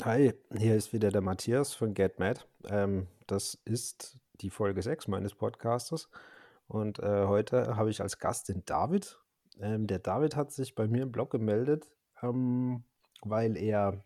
Hi, hier ist wieder der Matthias von GetMad. Das ist die Folge 6 meines Podcastes und heute habe ich als Gast den David. Der David hat sich bei mir im Blog gemeldet, weil er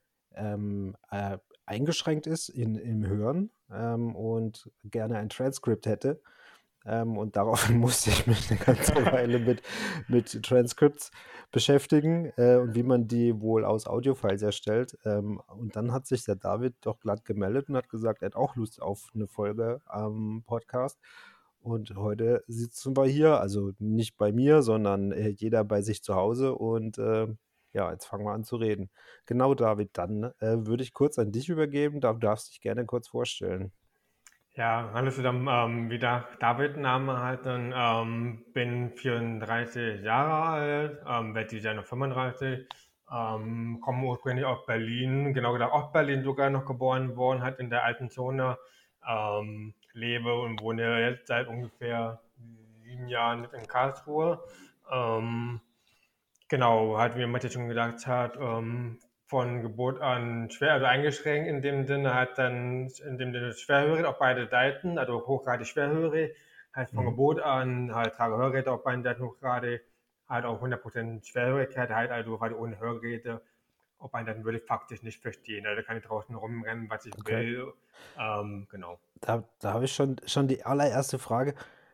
eingeschränkt ist im Hören und gerne ein Transkript hätte. Und daraufhin musste ich mich eine ganze Weile mit Transcripts beschäftigen und wie man die wohl aus Audiofiles erstellt. Und dann hat sich der David doch glatt gemeldet und hat gesagt, er hat auch Lust auf eine Folge am Podcast. Und heute sitzen wir hier, also nicht bei mir, sondern jeder bei sich zu Hause. Und ja, jetzt fangen wir an zu reden. Genau, David, dann würde ich kurz an dich übergeben. Du darfst dich gerne kurz vorstellen. Ja, hallo zusammen, wieder David, Name halt, dann bin 34 Jahre alt, werde dieses Jahr noch 35, komme ursprünglich aus Berlin, genau gesagt Ostberlin sogar noch geboren worden, halt in der alten Zone, lebe und wohne jetzt seit ungefähr 7 Jahren in Karlsruhe. Ähm, Genau, halt, wie Mathe schon gesagt hat, von Geburt an schwer, also eingeschränkt in dem Sinne, halt dann in dem Sinne schwerhörig auf beide Seiten, also hochgradig schwerhörig, halt von Mhm. Geburt an, halt trage Hörgeräte auf beiden Seiten hochgradig, halt auch 100% Schwerhörigkeit, halt also halt ohne Hörgeräte auf beiden Seiten würde ich faktisch nicht verstehen, also da kann ich draußen rumrennen, was ich Okay. will, genau. Da habe ich schon die allererste Frage.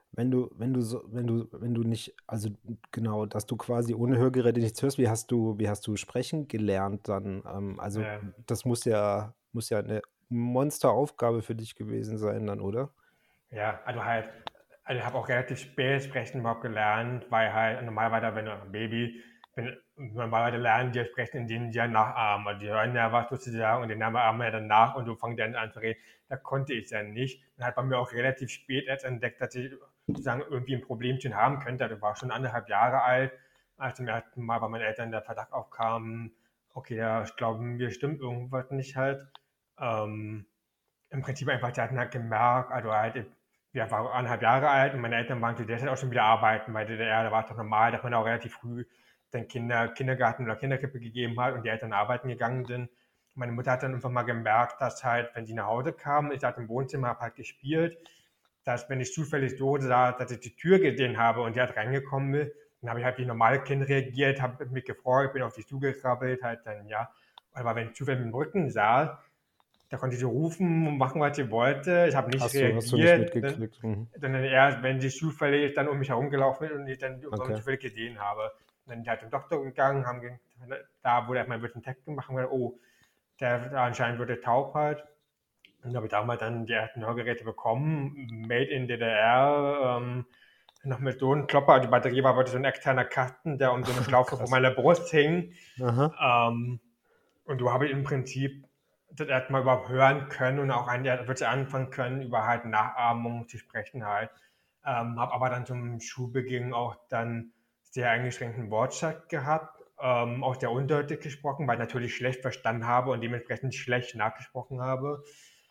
Wenn du nicht, also genau, dass du quasi ohne Hörgeräte nichts hörst, wie hast du sprechen gelernt dann? Also Ja. das muss ja eine Monsteraufgabe für dich gewesen sein dann, oder? Ja, also ich habe auch relativ spät sprechen überhaupt gelernt, weil halt normalerweise, wenn du ein Baby, wenn normalerweise lernen die ja sprechen, indem die ja nachahmen. Also die hören ja was sozusagen und den ahmen ja dann nach und du fängst dann an zu reden. Da konnte ich dann nicht. Und hat bei mir auch relativ spät erst entdeckt, dass ich sozusagen irgendwie ein Problemchen haben könnte. Also ich war schon 1,5 Jahre alt, als zum ersten Mal bei meinen Eltern der Verdacht aufkam, okay, ja, ich glaube, mir stimmt irgendwas nicht halt. Ähm, Im Prinzip einfach, die hatten halt gemerkt, also halt, wir waren 1,5 Jahre alt und meine Eltern waren zu der Zeit auch schon wieder arbeiten. Bei DDR, da war es doch normal, dass man auch relativ früh den Kindergarten oder Kinderkrippe gegeben hat und die Eltern arbeiten gegangen sind. Meine Mutter hat dann irgendwann mal gemerkt, dass halt, wenn sie nach Hause kam, ich saß im Wohnzimmer, habe halt gespielt, dass wenn ich zufällig so sah, dass ich die Tür gesehen habe und die halt reingekommen ist, dann habe ich halt wie normale Kind reagiert, habe mich gefreut, bin auf die zugekrabbelt, halt dann, ja. Aber wenn ich zufällig mit dem Rücken sah, da konnte sie rufen und machen, was sie wollte. Ich habe nicht Hast du nicht reagiert, mitgekriegt? Mhm. sondern erst, wenn sie zufällig dann um mich herumgelaufen ist und ich dann irgendwann Okay. zufällig gesehen habe. Und dann bin ich halt zum Doktor gegangen, da wurde erstmal ein bisschen Test gemacht und gesagt, oh, der anscheinend wurde taub halt. Und da habe ich damals dann die ersten Hörgeräte bekommen, made in DDR, noch mit so einem Klopper. Die Batterie war aber so ein externer Kasten, der um so eine Schlaufe vor Krass. meiner Brust hing. Aha. Ähm, und du habe ich im Prinzip das erstmal überhaupt hören können und auch wirklich anfangen können, über halt Nachahmung zu sprechen halt. Habe aber dann zum Schulbeginn auch dann sehr eingeschränkten Wortschatz gehabt, auch sehr undeutlich gesprochen, weil ich natürlich schlecht verstanden habe und dementsprechend schlecht nachgesprochen habe.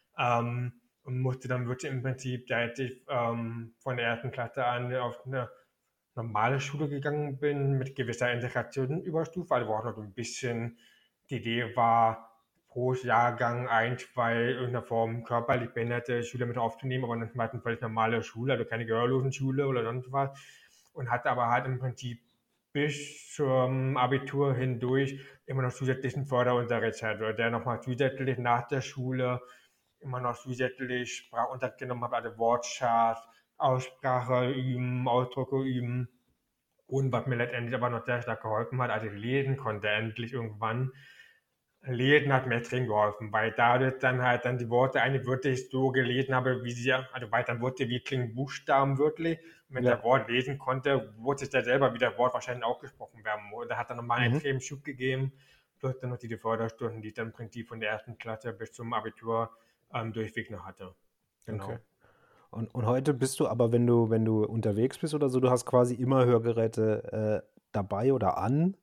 Und musste dann wirklich im Prinzip, seit ich von der ersten Klasse an auf eine normale Schule gegangen bin, mit gewisser Integrationenüberstufe, also wo auch noch so ein bisschen die Idee war, pro Jahrgang ein, zwei irgendeiner Form körperlich behinderte Schüler mit aufzunehmen, aber dann war es eine völlig normale Schule, also keine Gehörlosenschule oder sonst was. Und hatte aber halt im Prinzip bis zum Abitur hindurch immer noch zusätzlichen Förderunterricht hatte, der nochmal zusätzlich nach der Schule immer noch zusätzlich Sprachunterricht genommen habe, also Wortschatz, Aussprache üben, Ausdrücke üben. Und was mir letztendlich aber noch sehr stark geholfen hat, als ich lesen konnte, endlich irgendwann. Lesen hat mir extrem geholfen, weil dadurch dann halt dann die Worte eigentlich wirklich so gelesen habe, wie sie, also weil dann Worte wie klingen Buchstaben wirklich. Und wenn ich Ja. das Wort lesen konnte, wusste ich da selber, wie das Wort wahrscheinlich auch gesprochen werden muss. Da hat dann nochmal einen Mhm. extremen Schub gegeben, plus dann noch diese Förderstunden, die ich dann im Prinzip von der ersten Klasse bis zum Abitur durchweg noch hatte. Okay. Genau. Und heute bist du aber, wenn du unterwegs bist oder so, du hast quasi immer Hörgeräte dabei oder an,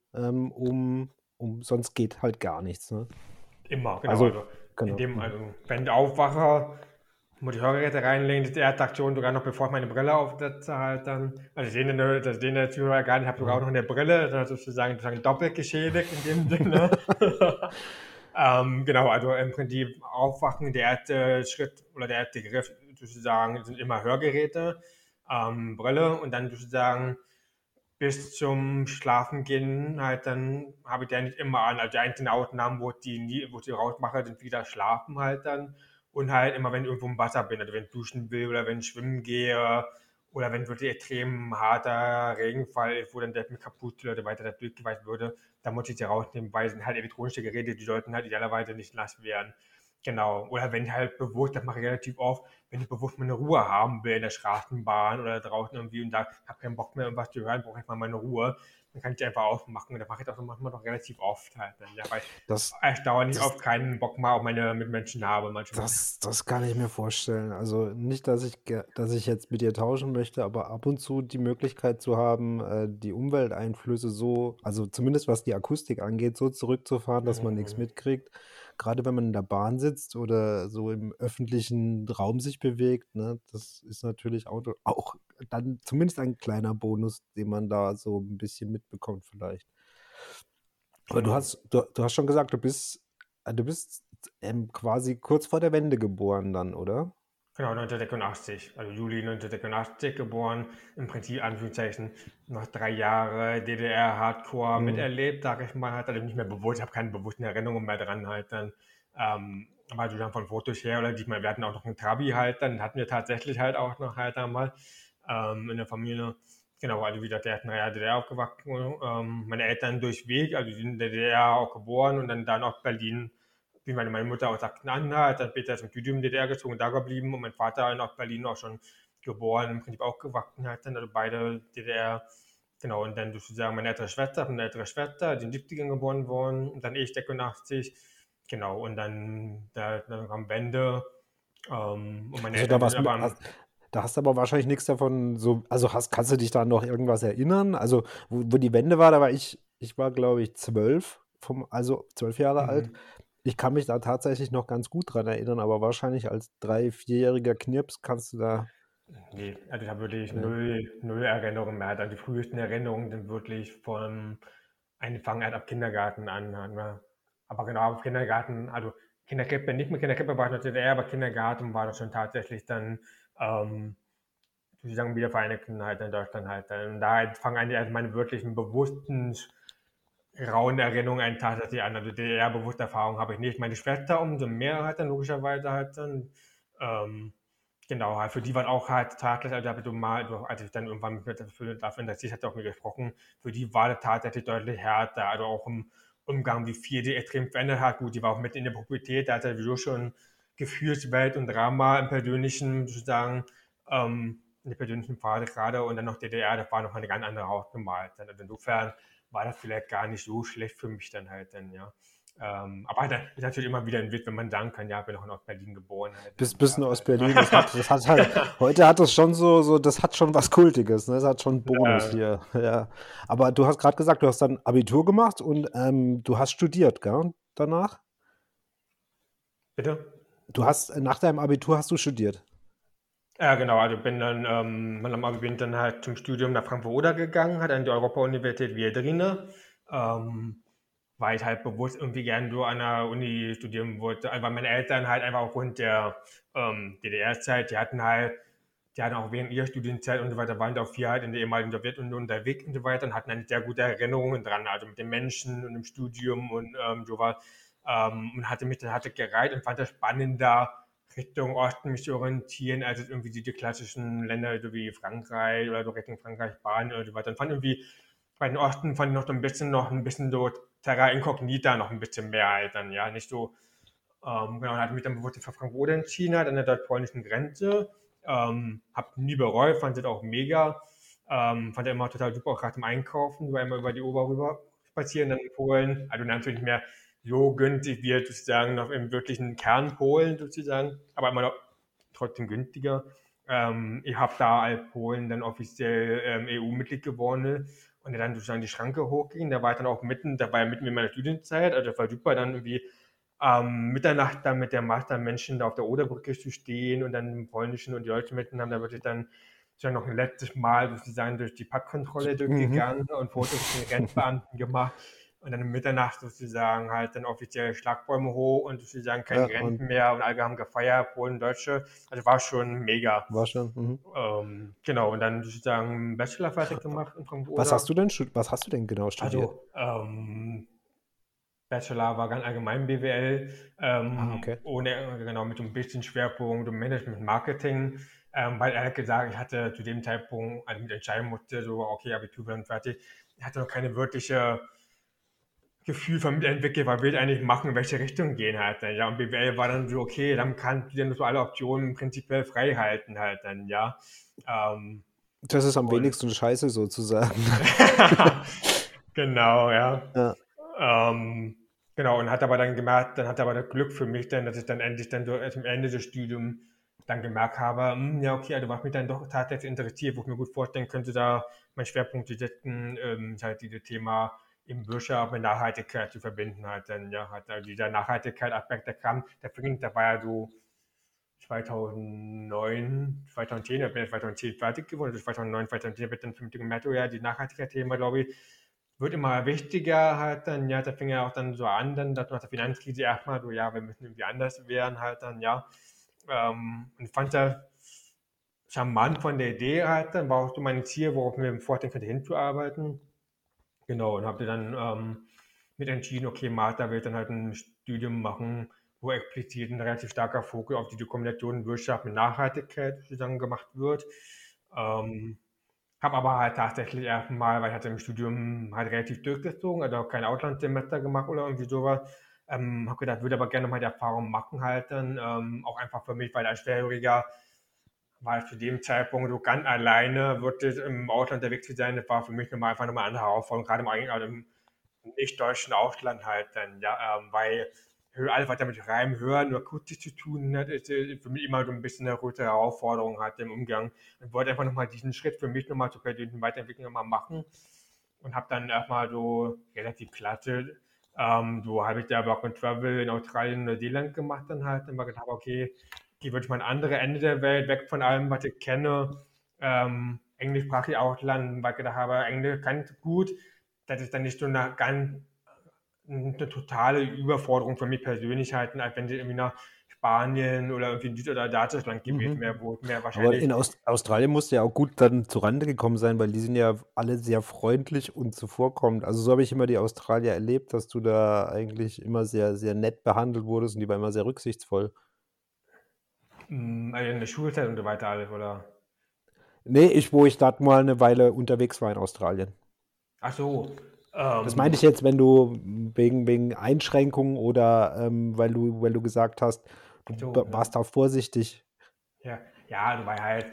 sonst geht halt gar nichts, ne? Immer, genau. Also, Also, genau. Mhm. also wenn ich aufwache, muss ich Hörgeräte reinlegen. Das ist die erste Aktion, sogar noch bevor ich meine Brille aufsetze, halt dann. Also, das sehen der Zuhörer gar nicht. Ich habe sogar auch Aha. noch eine Brille, das ist sozusagen doppelt geschädigt in dem Sinne. Genau, also im Prinzip Aufwachen, der erste Schritt oder der erste Griff sozusagen sind immer Hörgeräte, Brille und dann sozusagen bis zum Schlafengehen halt dann habe ich die nicht immer an. Also die einzelnen Ausnahmen, wo ich die rausmache, sind wieder schlafen halt dann und halt immer, wenn ich irgendwo im Wasser bin, also wenn ich duschen will oder wenn ich schwimmen gehe oder wenn wirklich extrem harter Regenfall ist, wo dann der mit kaputt oder weiter da durchgeweicht würde, dann muss ich die rausnehmen, weil es sind halt elektronische Geräte, die sollten halt idealerweise nicht nass werden. Genau. Oder wenn ich halt bewusst, das mache ich relativ oft, wenn ich bewusst meine Ruhe haben will in der Straßenbahn oder draußen irgendwie und da habe keinen Bock mehr, irgendwas zu hören, brauche ich mal meine Ruhe, dann kann ich die einfach ausmachen. Und das mache ich auch so manchmal noch relativ oft halt. Dann, ja, weil ich Das, erstaunlich das, oft keinen Bock mehr auf meine Mitmenschen habe manchmal. das kann ich mir vorstellen. Also nicht, dass ich jetzt mit dir tauschen möchte, aber ab und zu die Möglichkeit zu haben, die Umwelteinflüsse so, also zumindest was die Akustik angeht, so zurückzufahren, dass man nichts Mhm. mitkriegt. Gerade wenn man in der Bahn sitzt oder so im öffentlichen Raum sich bewegt, ne, das ist natürlich auch dann zumindest ein kleiner Bonus, den man da so ein bisschen mitbekommt vielleicht. Aber Genau. du hast schon gesagt, du bist quasi kurz vor der Wende geboren dann, oder? Genau, 1986, also Juli 1986 geboren, im Prinzip Anführungszeichen noch 3 Jahre DDR-Hardcore Mhm. miterlebt, sage ich mal, halt, also nicht mehr bewusst, ich habe keine bewussten Erinnerungen mehr dran halt dann, aber also dann von Fotos her oder diesmal, wir hatten auch noch einen Trabi halt, dann hatten wir tatsächlich halt auch noch halt einmal in der Familie, genau, also wie gesagt, der hat in der DDR aufgewachsen, meine Eltern durchweg, also die sind in der DDR auch geboren und dann da noch Berlin wie meine Mutter aus Sachsen-Anhalt, dann später zum Studium in die DDR gezogen und da geblieben und mein Vater in Berlin auch schon geboren, im Prinzip auch gewachsen hat, dann, also beide DDR, genau, und dann sozusagen meine ältere Schwester, die in den 70ern geboren worden, und dann ich 86, genau, und dann kam Wende, und meine Also da Eltern sind war's, aber am, da hast du aber wahrscheinlich nichts davon so, also kannst du dich da noch irgendwas erinnern? Also wo die Wende war, ich war glaube ich 12, also 12 Jahre alt. mhm. Ich kann mich da tatsächlich noch ganz gut dran erinnern, aber wahrscheinlich als 3-, 4-jähriger Knirps kannst du da, Nee, also da wirklich ne? null Erinnerungen mehr. Also die frühesten Erinnerungen sind wirklich von Anfang halt ab Kindergarten an. Halt, ne? Aber genau, ab Kindergarten, also Kinderkrippe, nicht mit Kinderkrippe war ich noch DDR, aber Kindergarten war das schon tatsächlich dann, sozusagen Wiedervereinigten halt in Deutschland halt. Und da halt fangen eigentlich erst meine wirklichen bewussten, rauen Erinnerungen einen tatsächlich an. Also DDR-bewusste Erfahrung habe ich nicht. Meine Schwester umso mehr halt dann logischerweise halt dann. Ähm, Genau, halt für die waren auch halt tatsächlich, also habe ich so mal, so, als ich dann irgendwann mich dafür interessiert hatte, auch mir gesprochen, für die war das tatsächlich deutlich härter, also auch im Umgang, wie viel die extrem verändert hat. Gut, die war auch mit in der Pubertät, da hat er sowieso schon Gefühlswelt und Drama im persönlichen, sozusagen, in der persönlichen Phase gerade und dann noch DDR, das war noch eine ganz andere Hausnummer. Also insofern war das vielleicht gar nicht so schlecht für mich dann halt dann, ja. Aber dann ist natürlich immer wieder ein Witz, wenn man sagen kann, ja, ich bin auch in Ostberlin geboren. Halt, Bis ja, in Ostberlin, halt. das hat halt, heute hat es schon das hat schon was Kultiges, ne? Das hat schon einen Bonus Ja, hier, ja. Aber du hast gerade gesagt, du hast dann Abitur gemacht und du hast studiert, gell? Danach? bitte? Nach deinem Abitur hast du studiert. Ja, genau, also bin dann, bin dann halt zum Studium nach Frankfurt-Oder gegangen, halt an die Europa-Universität Viadrina, weil ich halt bewusst irgendwie gern so an der Uni studieren wollte, weil meine Eltern halt einfach aufgrund der DDR-Zeit, die hatten auch während ihrer Studienzeit und so weiter, waren die auch viel halt in der ehemaligen Sowjetunion unterwegs und so weiter und hatten dann sehr gute Erinnerungen dran, also mit den Menschen und dem Studium und sowas. Und hatte gereizt und fand das spannender, Richtung Osten mich zu orientieren, als jetzt irgendwie die klassischen Länder so wie Frankreich oder so Richtung Frankreich, Spanien oder so weiter. Und fand irgendwie bei den Osten fand ich noch ein bisschen so Terra Incognita noch ein bisschen mehr halt dann, ja, nicht so, genau, und hatte mich dann bewusst für Frankfurt entschieden, halt an der deutsch-polnischen Grenze. Hab nie bereut, fand es auch mega. Fand er immer total super, auch gerade im Einkaufen, war immer über die Ober rüber spazieren, dann in Polen. Also natürlich nicht mehr so günstig wie sozusagen noch im wirklichen Kern Polen sozusagen, aber immer noch trotzdem günstiger. Ich habe da als Polen dann offiziell EU-Mitglied geworden und der dann sozusagen die Schranke hochging. Da war ich dann auch mitten in meiner Studienzeit. Also das war super, dann irgendwie Mitternacht dann mit der Maß an Menschen da auf der Oderbrücke zu stehen und dann im Polnischen und die Deutschen miteinander, da wirklich dann sozusagen noch ein letztes Mal sozusagen durch die Passkontrolle Mhm. durchgegangen und Fotos mit den Grenzbeamten gemacht. und dann um Mitternacht sozusagen halt dann offiziell Schlagbäume hoch und sozusagen keine Ja, und Grenzen mehr und alle haben gefeiert, Polen, Deutsche. Also war schon mega. war schon. Mhm. Genau, und dann sozusagen einen Bachelor fertig gemacht in Was Frankfurt-Oder. hast du denn, was hast du denn genau studiert? Also, Bachelor war ganz allgemein BWL, Ah, okay. ohne, genau, mit so ein bisschen Schwerpunkt im Management Marketing, weil ehrlich gesagt, ich hatte zu dem Zeitpunkt, als ich mich entscheiden musste, so, okay, Abitur dann fertig, ich hatte noch keine wirkliche Gefühl von mir entwickelt, was will ich eigentlich machen, in welche Richtung gehen halt dann, ja. Und BWL war dann so, okay, dann kannst du dir so alle Optionen prinzipiell frei halten halt dann, ja. Ähm, Das ist am und wenigsten scheiße sozusagen. genau, ja. Ja. Ähm, genau, und hat aber dann gemerkt, dann hat aber das Glück für mich dann, dass ich dann endlich dann so zum Ende des Studiums dann gemerkt habe, ja, okay, also was mich dann doch tatsächlich interessiert, wo ich mir gut vorstellen könnte, da mein Schwerpunkt zu setzen, ist halt dieses Thema im Wirtschaft mit Nachhaltigkeit zu verbinden halt dann, ja, hat also dieser Nachhaltigkeit-Aspekt, der war ja so 2009, 2010, ich bin ja 2010 fertig geworden, also 2009, 2010 wird dann 5. gemerkt, oh ja, die Nachhaltigkeit-Thema, glaube ich, wird immer wichtiger halt dann, ja, da fing ja auch dann so an, dann dass nach der Finanzkrise erstmal so, ja, wir müssen irgendwie anders werden halt dann, ja. Und ich fand das charmant von der Idee halt dann, war auch so mein Ziel, worauf mir im Vorteil könnte hinzuarbeiten. Genau, und habe dann mit entschieden, okay, Martha will dann halt ein Studium machen, wo explizit ein relativ starker Fokus auf die Kombination Wirtschaft mit Nachhaltigkeit sozusagen gemacht wird. Ähm, habe aber halt tatsächlich erstmal, weil ich hatte im Studium halt relativ durchgezogen, also auch kein Auslandssemester gemacht oder irgendwie sowas. Habe gedacht, würde aber gerne mal die Erfahrung machen halt dann, auch einfach für mich, weil als Schwerhöriger war zu dem Zeitpunkt so ganz alleine, wirklich im Ausland unterwegs zu sein, das war für mich nochmal einfach nochmal eine andere Herausforderung, gerade also im nicht-deutschen Ausland halt dann, ja, weil alles, was damit mit Reim, Hören oder Akustik zu tun hat, ist für mich immer so ein bisschen eine große Herausforderung halt im Umgang. Ich wollte einfach nochmal diesen Schritt für mich nochmal zur persönlichen Weiterentwicklung nochmal machen und habe dann erstmal so relativ klasse so habe ich da Work and Travel in Australien und Neuseeland gemacht dann halt. Dann mal gedacht, okay, hier würde ich mal ein andere Ende der Welt, weg von allem, was ich kenne. Englischsprachig Ausland, weil ich gedacht habe, Englisch kann ich gut. Das ist dann nicht so eine totale Überforderung für mich persönlich halten, als wenn sie irgendwie nach Spanien oder irgendwie in Süd- oder Deutschland gewesen Mhm. wäre, wo ich mir Aber in wahrscheinlich Australien musst du ja auch gut dann zurande gekommen sein, weil die sind ja alle sehr freundlich und zuvorkommend. Also so habe ich immer die Australier erlebt, dass du da eigentlich immer sehr, sehr nett behandelt wurdest und die war immer sehr rücksichtsvoll. also in der Schulzeit und so weiter alles, oder? Nee, wo ich da mal eine Weile unterwegs war in Australien. Ach so, Das meinte ich ähm, jetzt, wenn du wegen Einschränkungen oder weil du gesagt hast, du so, ne? warst da vorsichtig. Ja, ja, du war halt,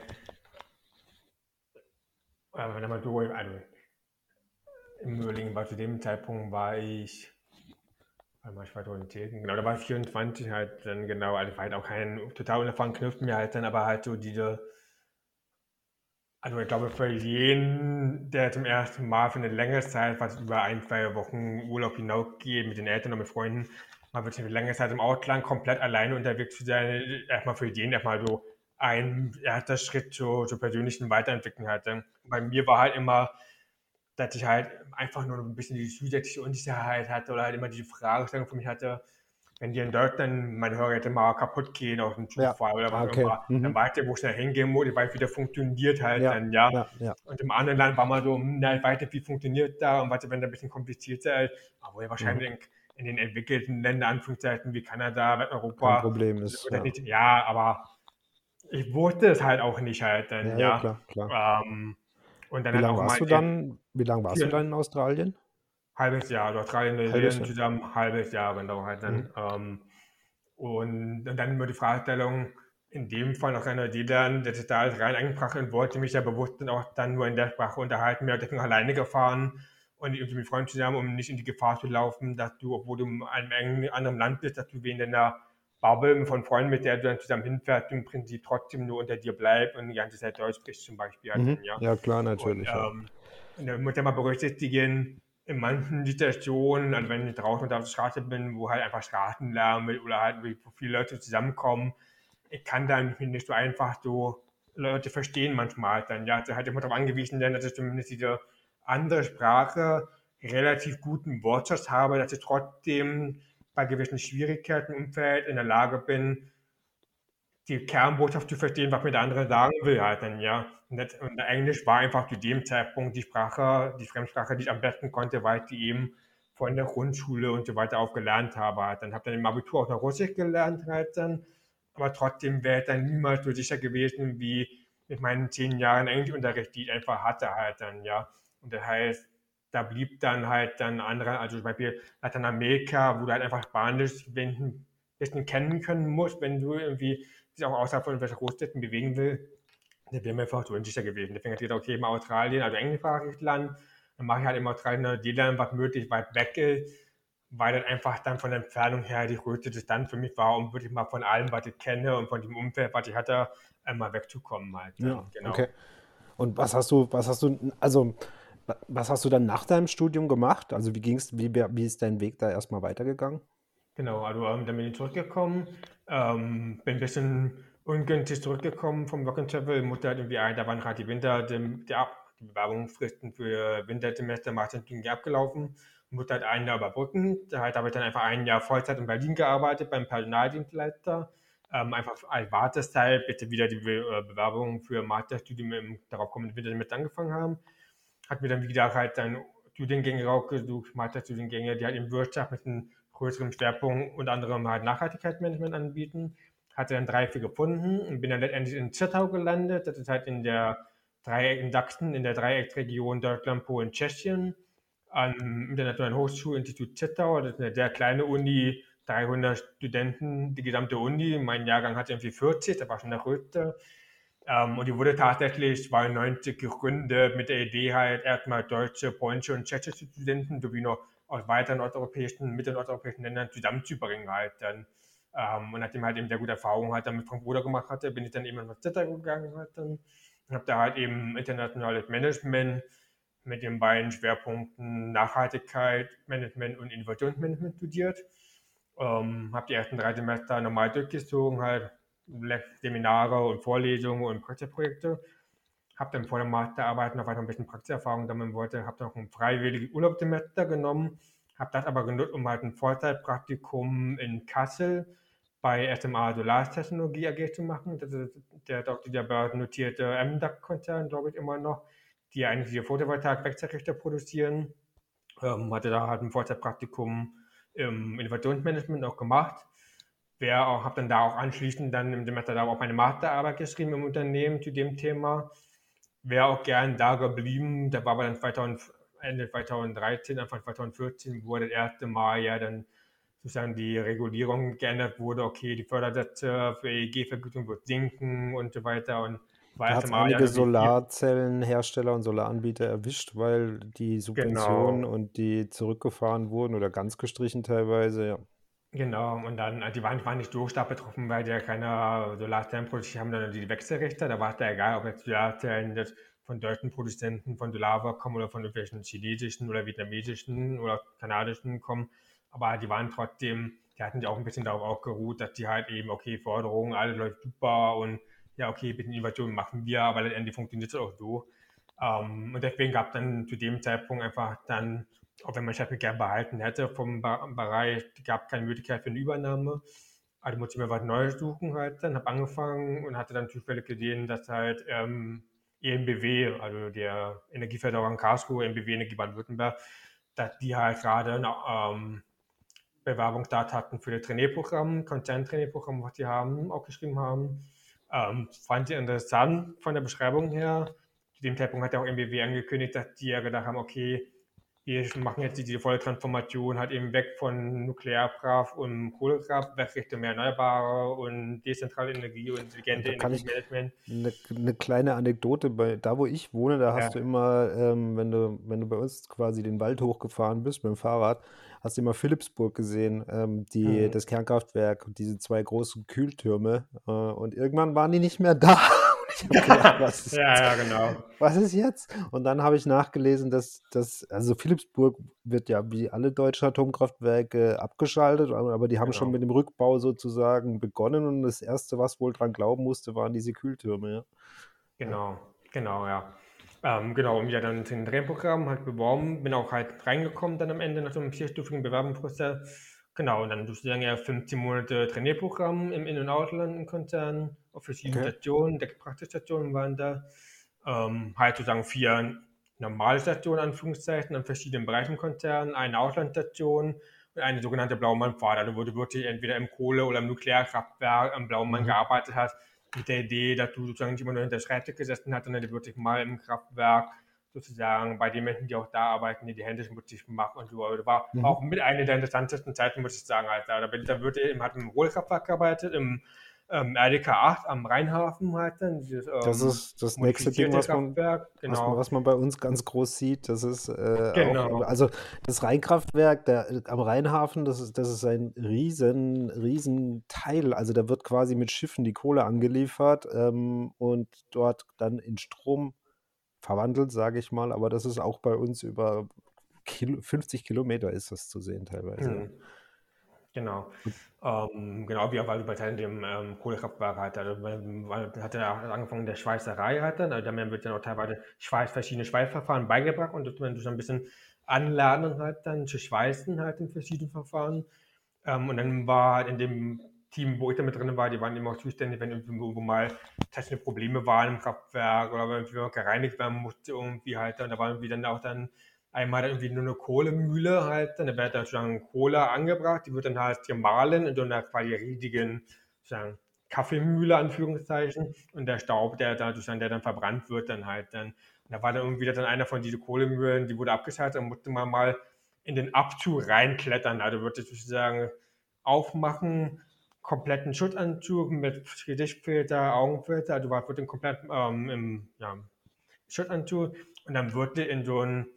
wenn man so, also im Überlegen war zu dem Zeitpunkt war ich, warte mal, ich war 2010, genau, da war ich 24 halt dann genau, also war halt auch kein total unerfahren Knüpfen mehr halt dann, aber halt so diese, also ich glaube für jeden, der zum ersten Mal für eine längere Zeit, was über ein, 2 Wochen Urlaub hinausgeht, mit den Eltern oder mit Freunden, mal wirklich eine längere Zeit im Ausland komplett alleine unterwegs zu sein, erstmal für jeden erstmal so ein erster Schritt zur persönlichen Weiterentwicklung hatte. Bei mir war halt immer, dass ich halt einfach nur ein bisschen die zusätzliche Unsicherheit hatte oder halt immer diese Fragestellung für mich hatte, wenn dir in Deutschland mein Hörgeräte mal kaputt gehen aus dem Ja, Zufall oder ah, was auch okay. immer, dann Mhm. weiß ich, wo ich schnell hingehen muss, ich weiß, wie das funktioniert halt Ja, dann, ja. ja, ja. Und im anderen Land war man so, na, ich weiß nicht, wie funktioniert da und was, wenn das ein bisschen komplizierter ist, aber ja, Mhm. wahrscheinlich in den entwickelten Ländern, Anführungszeichen, wie Kanada, Kein Westeuropa, Problem ist, das ja. nicht, ja, aber ich wusste es halt auch nicht halt dann, Ja, ja, ja. klar, klar. Ähm, und dann halt auch mal Wie lang warst du vier, dann in Australien? halbes Jahr, also Australien, Halbes Neuseeland Jahr. zusammen, halbes Jahr, genau halt Mhm. dann. Und dann immer die Fragestellung, in dem Fall noch in Neuseeland, dass ich da als rein eingebracht und wollte mich ja bewusst dann auch dann nur in der Sprache unterhalten, mehr deswegen alleine gefahren und irgendwie mit Freunden zusammen, um nicht in die Gefahr zu laufen, dass du, obwohl du in einem anderen Land bist, dass du wie in deiner Bubble von Freunden, mit der du dann zusammen hinfährst, im Prinzip trotzdem nur unter dir bleibt und die ganze Zeit Deutsch sprichst zum Beispiel halt Mhm. dann, ja. Ja, klar, Und, natürlich, ja. und dann muss man mal berücksichtigen, in manchen Situationen, also wenn ich draußen auf der Straße bin, wo halt einfach Straßenlärm ist oder halt wo viele Leute zusammenkommen, ich kann dann nicht so einfach so Leute verstehen manchmal dann, ja, also halt immer darauf angewiesen sein, dass ich zumindest diese andere Sprache relativ guten Wortschatz habe, dass ich trotzdem bei gewissen Schwierigkeiten im Umfeld in der Lage bin, die Kernbotschaft zu verstehen, was mir der andere sagen will halt dann, ja. Und Englisch war einfach zu dem Zeitpunkt die Sprache, die Fremdsprache, die ich am besten konnte, weil ich die eben von der Grundschule und so weiter auf gelernt habe halt. Dann habe dann im Abitur auch noch Russisch gelernt halt dann, aber trotzdem wäre ich dann niemals so sicher gewesen wie mit meinen 10 Jahren Englischunterricht, die ich einfach hatte halt dann, ja. Und das heißt, da blieb dann halt dann andere, also zum Beispiel Lateinamerika, wo du halt einfach Spanisch ein bisschen kennen können musst, wenn du irgendwie sich auch außerhalb von irgendwelchen Großstädten bewegen will, dann wäre mir einfach so unsicher gewesen. Deswegen hat gesagt, okay, im Australien, also englischsprachiges Land, dann mache ich halt im Australien oder Neuseeland, was möglichst weit weg ist, weil das einfach dann von der Entfernung her die größte Distanz für mich war, um wirklich mal von allem, was ich kenne und von dem Umfeld, was ich hatte, einmal wegzukommen halt dann, Ja, genau. okay. Und was hast du dann nach deinem Studium gemacht? Also wie ist dein Weg da erstmal weitergegangen? Genau, also dann bin ich zurückgekommen, bin ein bisschen ungünstig zurückgekommen vom Work and Travel, musste halt irgendwie da waren gerade die Bewerbungsfristen für Wintersemester, Masterstudium abgelaufen, musste halt ein Jahr überbrücken. Da halt habe ich dann einfach ein Jahr Vollzeit in Berlin gearbeitet beim Personaldienstleister, einfach als Wartezeit, bitte wieder die Bewerbung für Masterstudium im darauf kommenden Wintersemester angefangen haben. Hat mir dann, wie gesagt, halt dann Studiengänge rausgesucht, Masterstudiengänge, die halt in Wirtschaft mit einem größeren Schwerpunkt unter anderem halt Nachhaltigkeitsmanagement anbieten. Hatte dann 3, 4 gefunden und bin dann letztendlich in Zittau gelandet. Das ist halt in Sachsen, in der Dreiecksregion Deutschland, Polen, Tschechien, am Internationalen Hochschulinstitut Zittau. Das ist eine sehr kleine Uni, 300 Studenten, die gesamte Uni. Mein Jahrgang hatte irgendwie 40, das war schon der größte. Und die wurde tatsächlich 92 gegründet mit der Idee halt erstmal deutsche, polnische und tschechische Studenten sowie noch aus weiteren mittelosteuropäischen Ländern zusammenzubringen halt dann. Und nachdem halt eben sehr gute Erfahrungen halt dann mit Frank Bruder gemacht hatte, bin ich dann eben nach Zittau gegangen halt dann und habe da halt eben internationales Management mit den beiden Schwerpunkten Nachhaltigkeit, Management und Innovationsmanagement studiert. Habe die ersten 3 Semester normal durchgezogen, halt Seminare und Vorlesungen und Praxisprojekte. Habe dann vor der Masterarbeit noch weiter ein bisschen Praxiserfahrung sammeln wollte, habe dann auch ein freiwilliges Urlaubssemester genommen, habe das aber genutzt, um halt ein Vollzeitpraktikum in Kassel bei SMA Solartechnologie AG zu machen. Das ist der börsennotierte MDAX-Konzern, glaube ich, immer noch, die eigentlich diese Photovoltaik-Wechselrichter produzieren. Hatte da halt ein Vollzeitpraktikum im Innovationsmanagement auch gemacht. Habe dann da auch anschließend dann im Semester da auch meine Masterarbeit geschrieben im Unternehmen zu dem Thema. Wäre auch gern da geblieben. Da war aber dann Ende 2013, Anfang 2014, wo das erste Mal ja dann sozusagen die Regulierung geändert wurde. Okay, die Fördersätze für EEG-Vergütung wird sinken und so weiter. Und war Da erst hat es einmal ja einige so die vier. Solarzellenhersteller und Solaranbieter erwischt, weil die Subventionen Genau. und die zurückgefahren wurden oder ganz gestrichen teilweise, ja. Genau, und dann, die waren nicht so stark betroffen, weil die ja keine Solarzellen produziert haben, sondern die Wechselrichter. Da war es ja egal, ob jetzt Solarzellen jetzt von deutschen Produzenten von Solarwerk kommen oder von irgendwelchen chinesischen oder vietnamesischen oder kanadischen kommen. Aber die hatten ja auch ein bisschen darauf ausgeruht, dass die halt eben, okay, Forderungen, alles läuft super und ja, okay, ein bisschen Innovation machen wir, aber letztendlich funktioniert es auch so. Und deswegen gab es dann zu dem Zeitpunkt einfach dann, auch wenn man Chef gern behalten hätte vom Bereich, gab keine Möglichkeit für eine Übernahme. Also musste ich mir was Neues suchen halt dann, habe angefangen und hatte dann zufällig gesehen, dass halt EnBW, also der Energieversorger in Karlsruhe, EnBW Energie Baden-Württemberg, dass die halt gerade eine Bewerbungsstart hatten für das Trainee-Programm, Konzern-Trainee-Programm, was die haben, auch geschrieben haben. Fand ich interessant von der Beschreibung her. Zu dem Zeitpunkt hat ja auch MBW angekündigt, dass die ja gedacht haben, okay, wir machen jetzt diese volle Transformation halt eben weg von Nuklearkraft und Kohlekraft, weg Richtung mehr Erneuerbare und dezentrale Energie und intelligente Da kann ich Energiemanagement. eine kleine Anekdote da wo ich wohne, da hast du Ja, immer, wenn du bei uns quasi den Wald hochgefahren bist mit dem Fahrrad, hast du immer Philippsburg gesehen, mhm. das Kernkraftwerk und diese zwei großen Kühltürme. Und irgendwann waren die nicht mehr da. Und ich habe gedacht, Ja, ja, genau. was ist jetzt? Und dann habe ich nachgelesen, also Philippsburg wird ja wie alle deutschen Atomkraftwerke abgeschaltet, aber die haben schon Genau. mit dem Rückbau sozusagen begonnen und das Erste, was wohl dran glauben musste, waren diese Kühltürme, ja. Ja. Genau, genau, ja. Genau, und ja, dann zu den Trainprogrammen halt beworben, bin auch halt reingekommen dann am Ende nach so einem vierstufigen Bewerbungsprozess. Genau, und dann sozusagen ja 15 Monate Trainierprogramm im In- und Ausland im Konzern, auf verschiedenen Okay. Stationen, Praxisstationen waren da. Halt sozusagen 4 normale Stationen, Anführungszeichen, an verschiedenen Bereichen im Konzern, eine Auslandsstation und eine sogenannte Blaumann-Fahrt, also wo du wirklich entweder im Kohle- oder im Nuklearkraftwerk am Blaumann Mhm. gearbeitet hast, mit der Idee, dass du sozusagen nicht immer nur hinter der Schreibtisch gesessen hast, sondern die wirklich mal im Kraftwerk sozusagen bei den Menschen, die auch da arbeiten, die Hände schmutzig machen und so. Also das war Mhm. auch mit einer der interessantesten Zeiten, muss ich sagen. Halt. Da wird hat im Kohlekraftwerk gearbeitet, im RDK 8 am Rheinhafen halt dann, dieses Das ist das nächste Ding, modifizierte Kraftwerk, genau. was man bei uns ganz groß sieht. Das ist auch, Genau. also das Rheinkraftwerk am Rheinhafen, das ist ein riesen Teil. Also da wird quasi mit Schiffen die Kohle angeliefert und dort dann in Strom verwandelt, sage ich mal. Aber das ist auch bei uns über 50 Kilometer ist das zu sehen teilweise. Ja. Mhm. Genau. Und, Genau, wie auch weil du bei Teilen dem Kohlekraftwerk halt, also weil hat er angefangen in der Schweißerei halt dann, also da wird dann auch teilweise verschiedene Schweißverfahren beigebracht und das man durch ein bisschen anlernen halt dann zu schweißen halt in verschiedenen Verfahren. Und dann war halt in dem Team, wo ich da mit drin war, die waren immer auch zuständig, wenn irgendwo mal technische Probleme waren im Kraftwerk oder wenn irgendwie mal gereinigt werden musste irgendwie halt, und da war irgendwie dann auch dann einmal dann irgendwie nur eine Kohlemühle halt, dann wird da sozusagen Kohle angebracht, die wird dann halt gemahlen und dann halt quasi riesigen sozusagen Kaffeemühle, Anführungszeichen, und der Staub, der dann verbrannt wird, dann halt dann. Und da war dann irgendwie dann einer von diesen Kohlemühlen, die wurde abgeschaltet, dann musste man mal in den Abzug reinklettern. Also würde ich sozusagen aufmachen, kompletten Schutzanzug mit Gesichtfilter, Augenfilter, also war wirklich komplett im Schutzanzug und dann wurde in so einen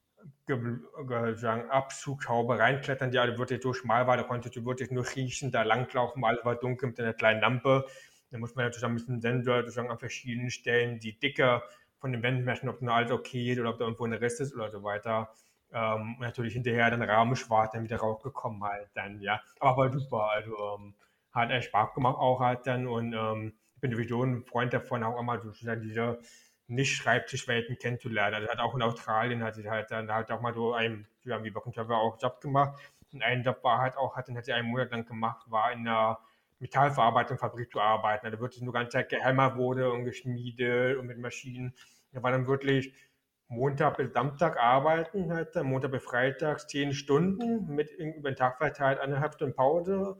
sagen, Abzugshaube reinklettern, die alle wirklich so schmal war, da konntest du wirklich nur riechen, da langlaufen, alles war dunkel mit einer kleinen Lampe. Da muss man natürlich mit einem Sensor sozusagen an verschiedenen Stellen die Dicke von den Wänden messen, ob noch alles okay ist oder ob da irgendwo ein Riss ist oder so weiter. Und natürlich hinterher dann rahmenschwarz dann wieder rausgekommen halt dann, ja. Aber war super, also hat echt Spaß gemacht auch halt dann und ich bin sowieso ein Freund davon, auch immer sozusagen diese nicht Schreibtischwelten kennenzulernen. Also hat auch in Australien hat sie halt dann halt auch mal so wie Working auch Job gemacht. Und ein Job war halt auch, hat sie einen Monat lang gemacht, war in einer Metallverarbeitungsfabrik zu arbeiten. Also wirklich nur ganze Zeit gehämmert wurde und geschmiedet und mit Maschinen. Da war dann wirklich Montag bis Samstag arbeiten, halt dann Montag bis Freitag 10 Stunden mit über den Tag verteilt 1,5 Stunden Pause.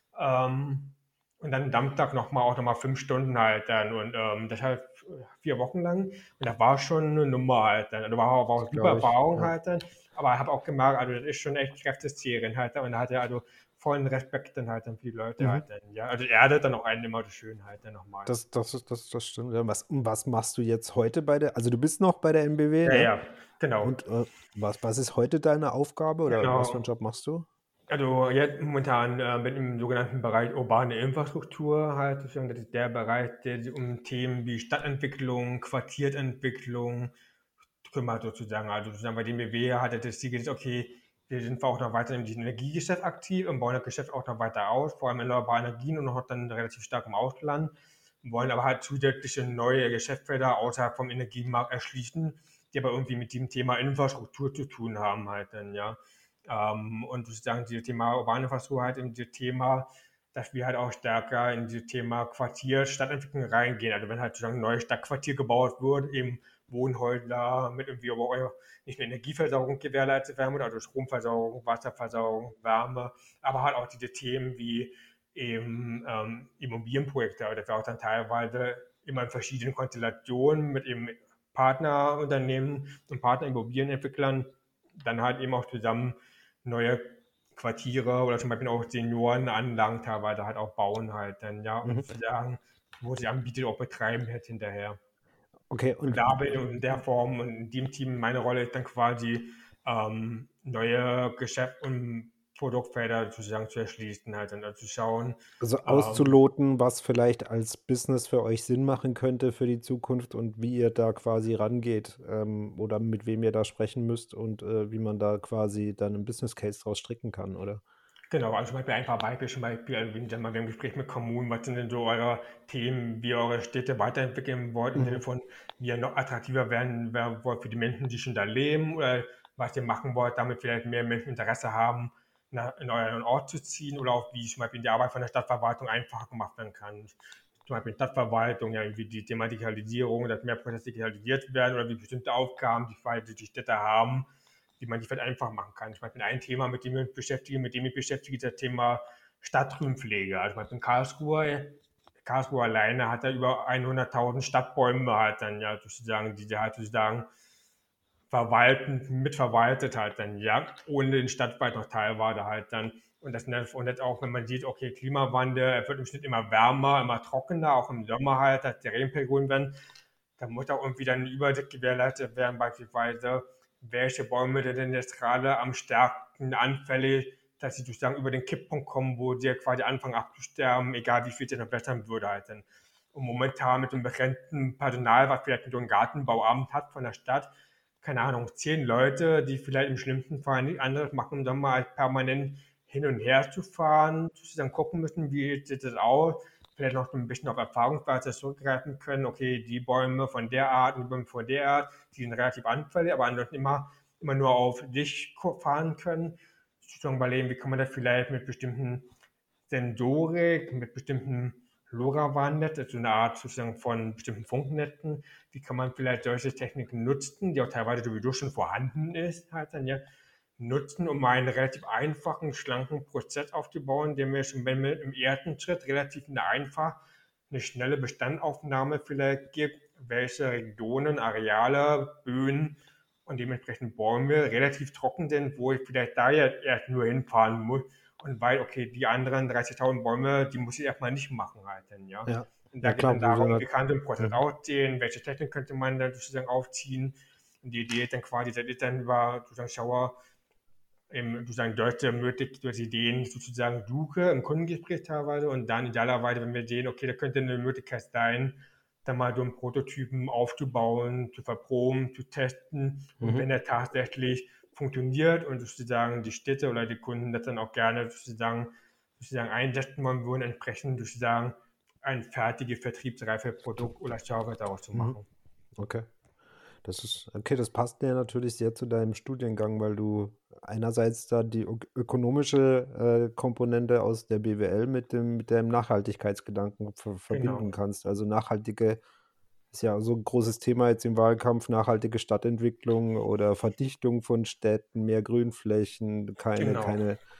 Ähm, und dann Samstag nochmal 5 Stunden halt dann und das halt 4 Wochen lang. Und das war schon eine Nummer halt dann. Also war auch das eine super glaube ich, Erfahrung ja. halt dann. Aber ich habe auch gemerkt, also das ist schon echt Kräftezehrend halt dann. Und da hat er also vollen Respekt dann halt dann für die Leute Mhm. halt dann. Ja, also er hat dann auch einen immer so schön halt dann nochmal. Das stimmt. Ja. Was machst du jetzt heute also du bist noch bei der NBW, Ja, ne? ja, genau. Und was ist heute deine Aufgabe oder was für einen Genau. Job machst du? Also jetzt momentan bin ich im sogenannten Bereich urbane Infrastruktur halt, sozusagen, das ist der Bereich, der sich um Themen wie Stadtentwicklung, Quartierentwicklung kümmert sozusagen. Also sozusagen bei dem BW hat er das Ziel gesagt, okay, wir sind auch noch weiter in diesem Energiegeschäft aktiv und bauen das Geschäft auch noch weiter aus, vor allem erneuerbare Energien und noch dann relativ stark im Ausland, wollen aber halt zusätzliche neue Geschäftsfelder außerhalb vom Energiemarkt erschließen, die aber irgendwie mit dem Thema Infrastruktur zu tun haben halt dann, ja. Und sozusagen dieses Thema urbane Infrastruktur halt in dieses Thema, dass wir halt auch stärker in dieses Thema Quartier, Stadtentwicklung reingehen. Also wenn halt sozusagen ein neues Stadtquartier gebaut wird, eben Wohnhäuser mit irgendwie aber auch nicht nur Energieversorgung gewährleistet werden, also Stromversorgung, Wasserversorgung, Wärme, aber halt auch diese Themen wie eben Immobilienprojekte, oder wir auch dann teilweise immer in verschiedenen Konstellationen mit eben Partnerunternehmen und Partnerimmobilienentwicklern dann halt eben auch zusammen neue Quartiere oder zum Beispiel auch Seniorenanlagen teilweise halt auch bauen halt dann, ja, und Mhm. sozusagen, wo sie anbietet, auch betreiben halt hinterher. Okay, Und und da bin ich in der Form und in dem Team, meine Rolle ist dann quasi neue Geschäft- und Produktfelder sozusagen zu erschließen, halt dann zu schauen. also Ähm, auszuloten, was vielleicht als Business für euch Sinn machen könnte für die Zukunft und wie ihr da quasi rangeht oder mit wem ihr da sprechen müsst und wie man da quasi dann einen Business Case draus stricken kann, oder? Genau, also zum Beispiel einfach Beispiel, zum Beispiel, also wenn wir im Gespräch mit Kommunen, was sind denn so eure Themen, wie ihr eure Städte weiterentwickeln wollt, im Sinne Mhm. von, wie ihr noch attraktiver werden wollt für die Menschen, die schon da leben, oder was ihr machen wollt, damit vielleicht mehr Menschen Interesse haben, in euren Ort zu ziehen, oder auch wie zum Beispiel die Arbeit von der Stadtverwaltung einfacher gemacht werden kann. Zum Beispiel Stadtverwaltung, ja, wie die Thema Digitalisierung, dass mehr Prozesse digitalisiert werden, oder wie bestimmte Aufgaben, die Städte haben, wie man die vielleicht einfach machen kann. Ich meine, ein Thema, mit dem ich beschäftige, ist das Thema Stadtgrünpflege. Also ich meine, Karlsruhe alleine hat ja über 100.000 Stadtbäume halt dann ja sozusagen, die halt sozusagen mitverwaltet halt dann, ja, ohne den Stadtwald noch teilweise halt dann. Und das auch, wenn man sieht, okay, Klimawandel, er wird im Schnitt immer wärmer, immer trockener, auch im Sommer halt, dass die Regenperioden werden, da muss auch irgendwie dann eine Übersicht gewährleistet werden, beispielsweise, welche Bäume denn jetzt gerade am stärksten anfällig, dass sie sozusagen über den Kipppunkt kommen, wo sie quasi anfangen abzusterben, egal wie viel sie noch bessern würde halt dann. Und momentan mit dem begrenzten Personal, was vielleicht so ein Gartenbauamt hat von der Stadt, keine Ahnung, 10 Leute, die vielleicht im schlimmsten Fall nichts anderes machen im Sommer, als permanent hin und her zu fahren, dann gucken müssen, wie sieht das aus, vielleicht noch so ein bisschen auf Erfahrungswerte zurückgreifen können, okay, die Bäume von der Art und die Bäume von der Art, die sind relativ anfällig, aber ansonsten immer nur auf dich fahren können. Sozusagen überlegen, wie kann man das vielleicht mit bestimmten Sensorik, mit bestimmten LoRaWAN-Netz, also eine Art sozusagen von bestimmten Funknetzen, wie kann man vielleicht solche Techniken nutzen, die auch teilweise sowieso schon vorhanden ist, halt dann ja nutzen, um einen relativ einfachen, schlanken Prozess aufzubauen, den wir schon wenn wir im ersten Schritt relativ einfach eine schnelle Bestandaufnahme vielleicht gibt, welche Regionen, Areale, Böen und dementsprechend Bäume relativ trocken sind, wo ich vielleicht da ja erst nur hinfahren muss und weil, okay, die anderen 30.000 Bäume, die muss ich erstmal nicht machen halt dann, ja. Ja, Und da ja geht es dann klar, wo du darum, dann, wie kann so ein Prozess mhm. aussehen, welche Technik könnte man da sozusagen aufziehen. Und die Idee ist dann quasi, das ist dann über sozusagen Schauer sozusagen durch Ideen sozusagen suche im Kundengespräch teilweise und dann idealerweise, wenn wir sehen, okay, da könnte eine Möglichkeit sein, dann mal so einen Prototypen aufzubauen, zu verproben, zu testen und Mhm. wenn er tatsächlich funktioniert und sozusagen die Städte oder die Kunden das dann auch gerne sozusagen einsetzen wollen würden, entsprechend sozusagen ein fertiges vertriebsreife Produkt oder Service daraus zu Mhm. machen. Okay. Das ist, okay, das passt ja natürlich sehr zu deinem Studiengang, weil du einerseits da die ökonomische Komponente aus der BWL mit dem Nachhaltigkeitsgedanken Genau, verbinden kannst. Also nachhaltige ist ja so ein großes Thema jetzt im Wahlkampf, nachhaltige Stadtentwicklung oder Verdichtung von Städten, mehr Grünflächen, genau,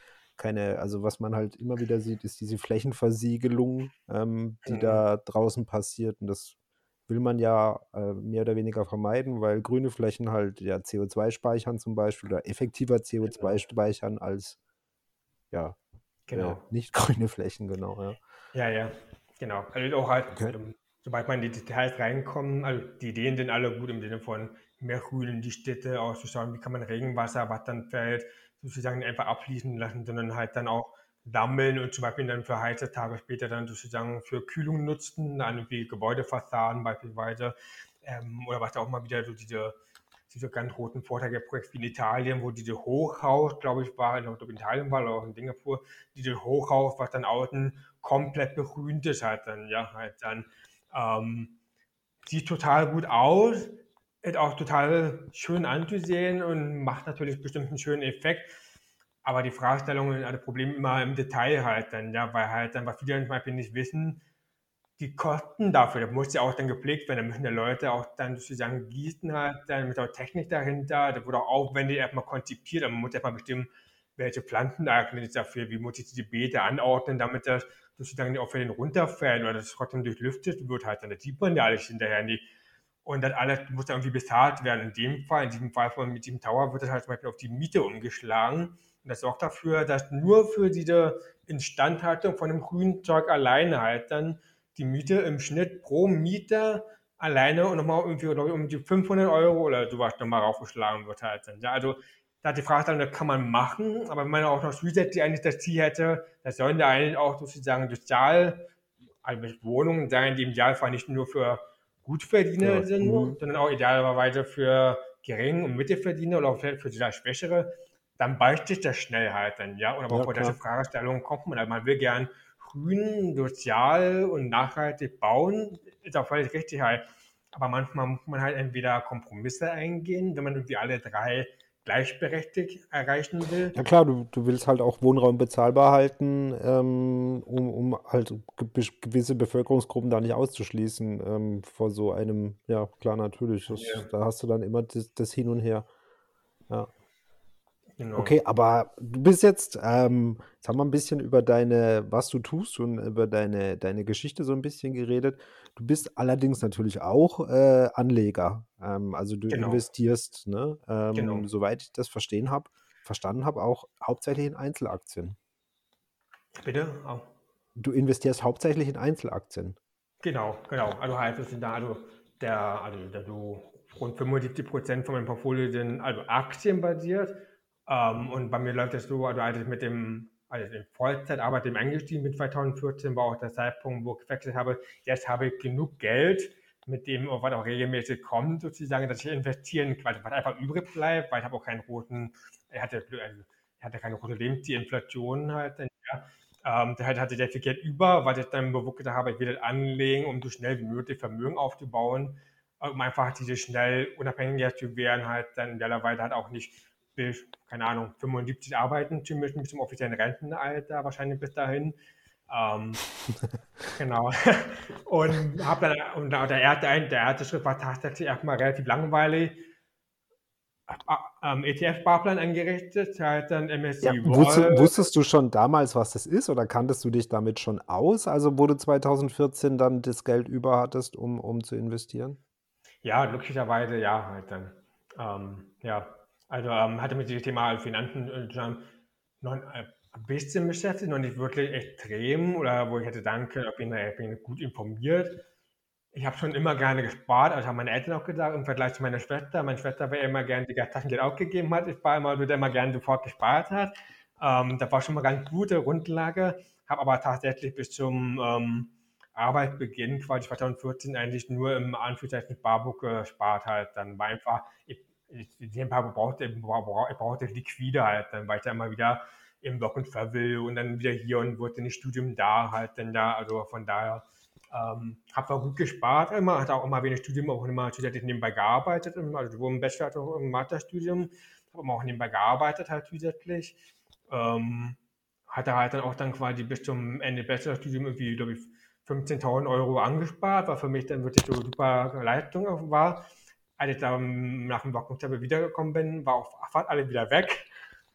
also was man halt immer wieder sieht, ist diese Flächenversiegelung, die genau, da draußen passiert. Und das will man ja mehr oder weniger vermeiden, weil grüne Flächen halt ja CO2 speichern zum Beispiel oder effektiver CO2 genau, speichern als ja, genau. nicht grüne Flächen, genau, ja. Ja, ja, genau. Also auch halt, Okay. sobald man in die Details reinkommt, also die Ideen sind alle gut im Sinne von mehr Grün in die Städte, auszuschauen, wie kann man Regenwasser, was dann fällt, sozusagen nicht einfach abfließen lassen, sondern halt dann auch sammeln und zum Beispiel dann für heiße Tage später dann sozusagen für Kühlung nutzen, an irgendwie Gebäudefassaden beispielsweise, oder was auch mal wieder so diese ganz roten Vorträge-Projekte wie in Italien, wo diese Hochhaus, glaube ich, war, ich glaube in Italien war oder auch in Singapur, diese Hochhaus, was dann außen komplett begrünt ist halt dann, ja, halt dann. Ähm, Sieht total gut aus, ist auch total schön anzusehen und macht natürlich bestimmt einen schönen Effekt. Aber die Fragestellungen und alle Probleme immer im Detail halt dann, ja, weil halt dann, was viele zum Beispiel nicht wissen, die Kosten dafür, das muss ja auch dann gepflegt werden. Da müssen ja Leute auch dann sozusagen gießen halt, dann mit der Technik dahinter. Da wurde auch aufwendig erstmal konzipiert, aber man muss erstmal bestimmen, welche Pflanzen da sind dafür, wie muss ich die Beete anordnen, damit das sozusagen nicht auf den runterfällt oder das trotzdem durchlüftet wird halt. Dann das sieht man ja alles hinterher nicht. Und das alles muss dann irgendwie bezahlt werden. In diesem Fall mit diesem Tower wird das halt zum Beispiel auf die Miete umgeschlagen. Und das sorgt dafür, dass nur für diese Instandhaltung von dem grünen Zeug alleine halt dann die Miete im Schnitt pro Mieter alleine und nochmal irgendwie um die 500 Euro oder sowas nochmal raufgeschlagen wird halt dann. Ja, also da hat die Frage dann, das kann man machen, aber wenn man auch noch zusätzlich eigentlich das Ziel hätte, das sollen da eigentlich auch sozusagen sozial, also Wohnungen sein, die im Idealfall nicht nur für Gutverdiener Ja, sind, mhm. sondern auch idealerweise für Gering- und Mittelverdiener oder auch für sozial Schwächere, dann beißt sich das schnell halt dann, ja. Und aber Ja, vor diese klar. Fragestellung kommt man. Also man will gern grün, sozial und nachhaltig bauen, ist auch völlig richtig halt. Aber manchmal muss man halt entweder Kompromisse eingehen, wenn man irgendwie alle drei gleichberechtigt erreichen will. Ja klar, du willst halt auch Wohnraum bezahlbar halten, um halt gewisse Bevölkerungsgruppen da nicht auszuschließen, vor so einem, ja klar, natürlich. Ja, Da hast du dann immer das Hin und Her. Ja. genau. Okay, aber du bist jetzt haben wir ein bisschen über was du tust und über deine Geschichte so ein bisschen geredet. Du bist allerdings natürlich auch Anleger. Also du Genau, investierst, ne? genau. Soweit ich das verstanden habe, auch hauptsächlich in Einzelaktien. Bitte? Auch. Du investierst hauptsächlich in Einzelaktien. Genau, genau. Also heißt es sind da, du rund 75% von meinem Portfolio sind also aktienbasiert. Und bei mir läuft es so, als ich in Vollzeitarbeit im eingestiegen bin 2014, war auch der Zeitpunkt, wo ich gewechselt habe. Jetzt habe ich genug Geld, mit dem, was auch regelmäßig kommt, sozusagen, dass ich investieren kann, was einfach übrig bleibt, weil ich habe auch keinen roten, ich hatte keine rote Lebensinflation halt. Der hatte sehr viel Geld über, was ich dann bewusst habe, ich will das anlegen, um so schnell wie möglich Vermögen aufzubauen, um einfach diese schnell unabhängiger zu werden, halt dann idealerweise halt auch nicht bis, keine Ahnung, 75 arbeiten zu müssen, bis zum offiziellen Rentenalter, wahrscheinlich bis dahin. Ähm, genau. Und habe dann, und der erste Schritt war tatsächlich erstmal relativ langweilig. ETF-Sparplan eingerichtet, halt dann Ja, MSCI World. wusstest du schon damals, was das ist, oder kanntest du dich damit schon aus, also wo du 2014 dann das Geld über hattest, um zu investieren? Ja, glücklicherweise ja, halt dann. Ja, also hatte mich dieses Thema Finanzen schon noch ein bisschen beschäftigt, noch nicht wirklich extrem oder wo ich hätte sagen können, ich bin gut informiert. Ich habe schon immer gerne gespart, also haben meine Eltern auch gesagt, im Vergleich zu meiner Schwester. Meine Schwester, wer immer gerne die Taschengeld ausgegeben hat, ich war immer so, der immer gerne sofort gespart hat. Das war schon mal ganz gute Grundlage, habe aber tatsächlich bis zum Arbeitsbeginn quasi 2014 eigentlich nur im Anführungszeichen Sparbuch gespart halt. Dann war einfach, in dem Fall ich brauchte liquide halt, dann war ich da immer wieder im Block und Travel und dann wieder hier und wurde ein Studium da halt dann da, also von daher habe auch gut gespart immer, hatte auch immer wenig Studium, auch immer zusätzlich nebenbei gearbeitet, also sowohl im Bachelor als auch im Masterstudium, habe immer auch nebenbei gearbeitet halt zusätzlich. Ähm, hatte halt dann auch dann quasi bis zum Ende Bachelorstudium irgendwie, glaube ich, 15.000 Euro angespart, was für mich dann wirklich so super Leistung auch war. Als ich dann nach dem Wochenende wiedergekommen bin, war auch fast alle wieder weg.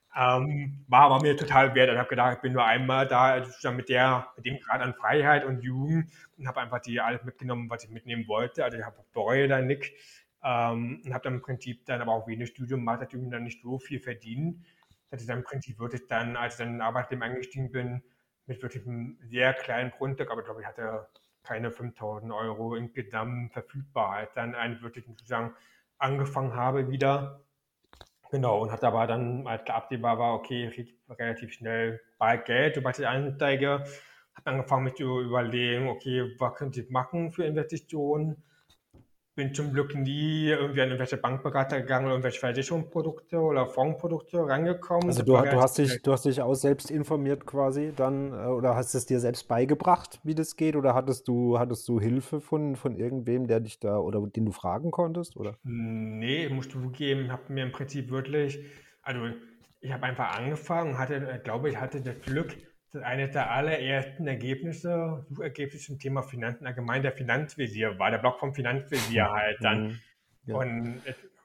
War aber mir total wert. Ich habe gedacht, ich bin nur einmal da, also zusammen mit dem Grad an Freiheit und Jugend und habe einfach die alles mitgenommen, was ich mitnehmen wollte. Also ich habe bereue da nichts und habe dann im Prinzip dann aber auch wenig Studium, Masterstudium dann nicht so viel verdient. Dass ich dann im Prinzip wirklich dann, als ich dann in den Arbeitsleben eingestiegen bin, mit wirklich einem sehr kleinen Grundstück, aber ich glaube, ich hatte keine 5.000 Euro insgesamt verfügbar, als dann eigentlich wirklich sozusagen angefangen habe wieder. Genau, und hat aber dann, als klar absehbar war, okay, ich krieg relativ schnell bald Geld, sobald ich einsteige, habe angefangen mich zu überlegen, okay, was könnte ich machen für Investitionen? Bin zum Glück nie irgendwie an irgendwelche Bankberater gegangen oder irgendwelche Versicherungsprodukte oder Fondsprodukte rangekommen. Also Das war relativ schnell. du hast dich auch selbst informiert quasi dann, oder hast es dir selbst beigebracht, wie das geht, oder hattest du Hilfe von irgendwem, der dich da oder den du fragen konntest, oder? Nee, ich muss zugeben, habe mir im Prinzip wirklich, also ich habe einfach angefangen und hatte, glaube ich, hatte das Glück, dass eines der allerersten Suchergebnisse zum Thema Finanzen allgemein der Finanzvisier war, der Blog vom Finanzvisier halt dann. Mhm. Ja. Und,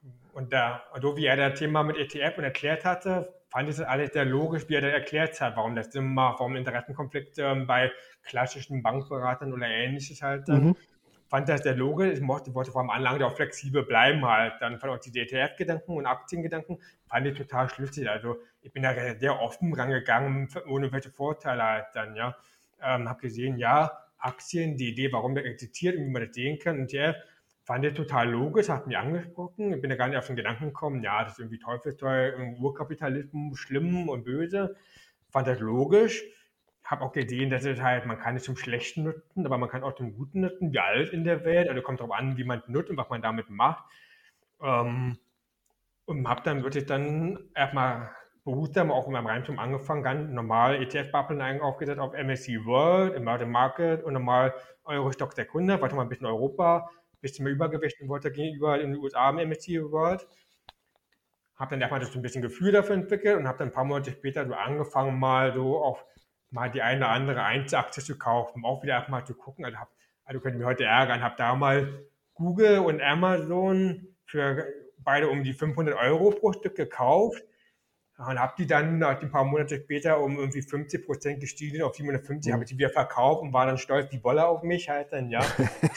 so wie er das Thema mit ETF und erklärt hatte, fand ich das alles sehr logisch, wie er das erklärt hat, warum das immer, warum Interessenkonflikte bei klassischen Bankberatern oder ähnliches halt dann Mhm. fand das sehr logisch. Wollte vor allem Anlagen, die auch flexibel bleiben halt. Dann fand auch die ETF-Gedanken und Aktiengedanken, fand ich total schlüssig. Also ich bin da sehr offen rangegangen, ohne welche Vorteile halt dann, ja. Habe gesehen, ja, Aktien, die Idee, warum das existiert und wie man das sehen kann, und ETF, fand ich total logisch, hat mich angesprochen. Ich bin da gar nicht auf den Gedanken gekommen, ja, das ist irgendwie Teufelszeug, Urkapitalismus, schlimm und böse. Fand das logisch. Habe auch gesehen, dass es halt, man kann es zum Schlechten nutzen, aber man kann auch zum Guten nutzen, wie alles in der Welt. Also kommt darauf an, wie man es nutzt und was man damit macht. Ähm, und habe dann wirklich dann erstmal behutsam auch in meinem Reichtum angefangen, ganz normal ETF-Bubblen aufgesetzt auf MSCI World, Emerging Market und normal Euro-Stock 600, weil ich mal ein bisschen Europa, ein bisschen mehr Übergewicht wollte gegenüber in den USA im MSCI World. Habe dann erstmal so ein bisschen Gefühl dafür entwickelt und habe dann ein paar Monate später so angefangen, mal so auf mal die eine oder andere Einzelaktie zu kaufen, auch wieder erstmal zu gucken. Also könnt ihr mich heute ärgern, habe da mal Google und Amazon für beide um die 500 Euro pro Stück gekauft und habe die dann ein paar Monate später um irgendwie 50% gestiegen auf 750, habe Mhm. ich die wieder verkauft und war dann stolz wie Bolle auf mich halt dann, ja.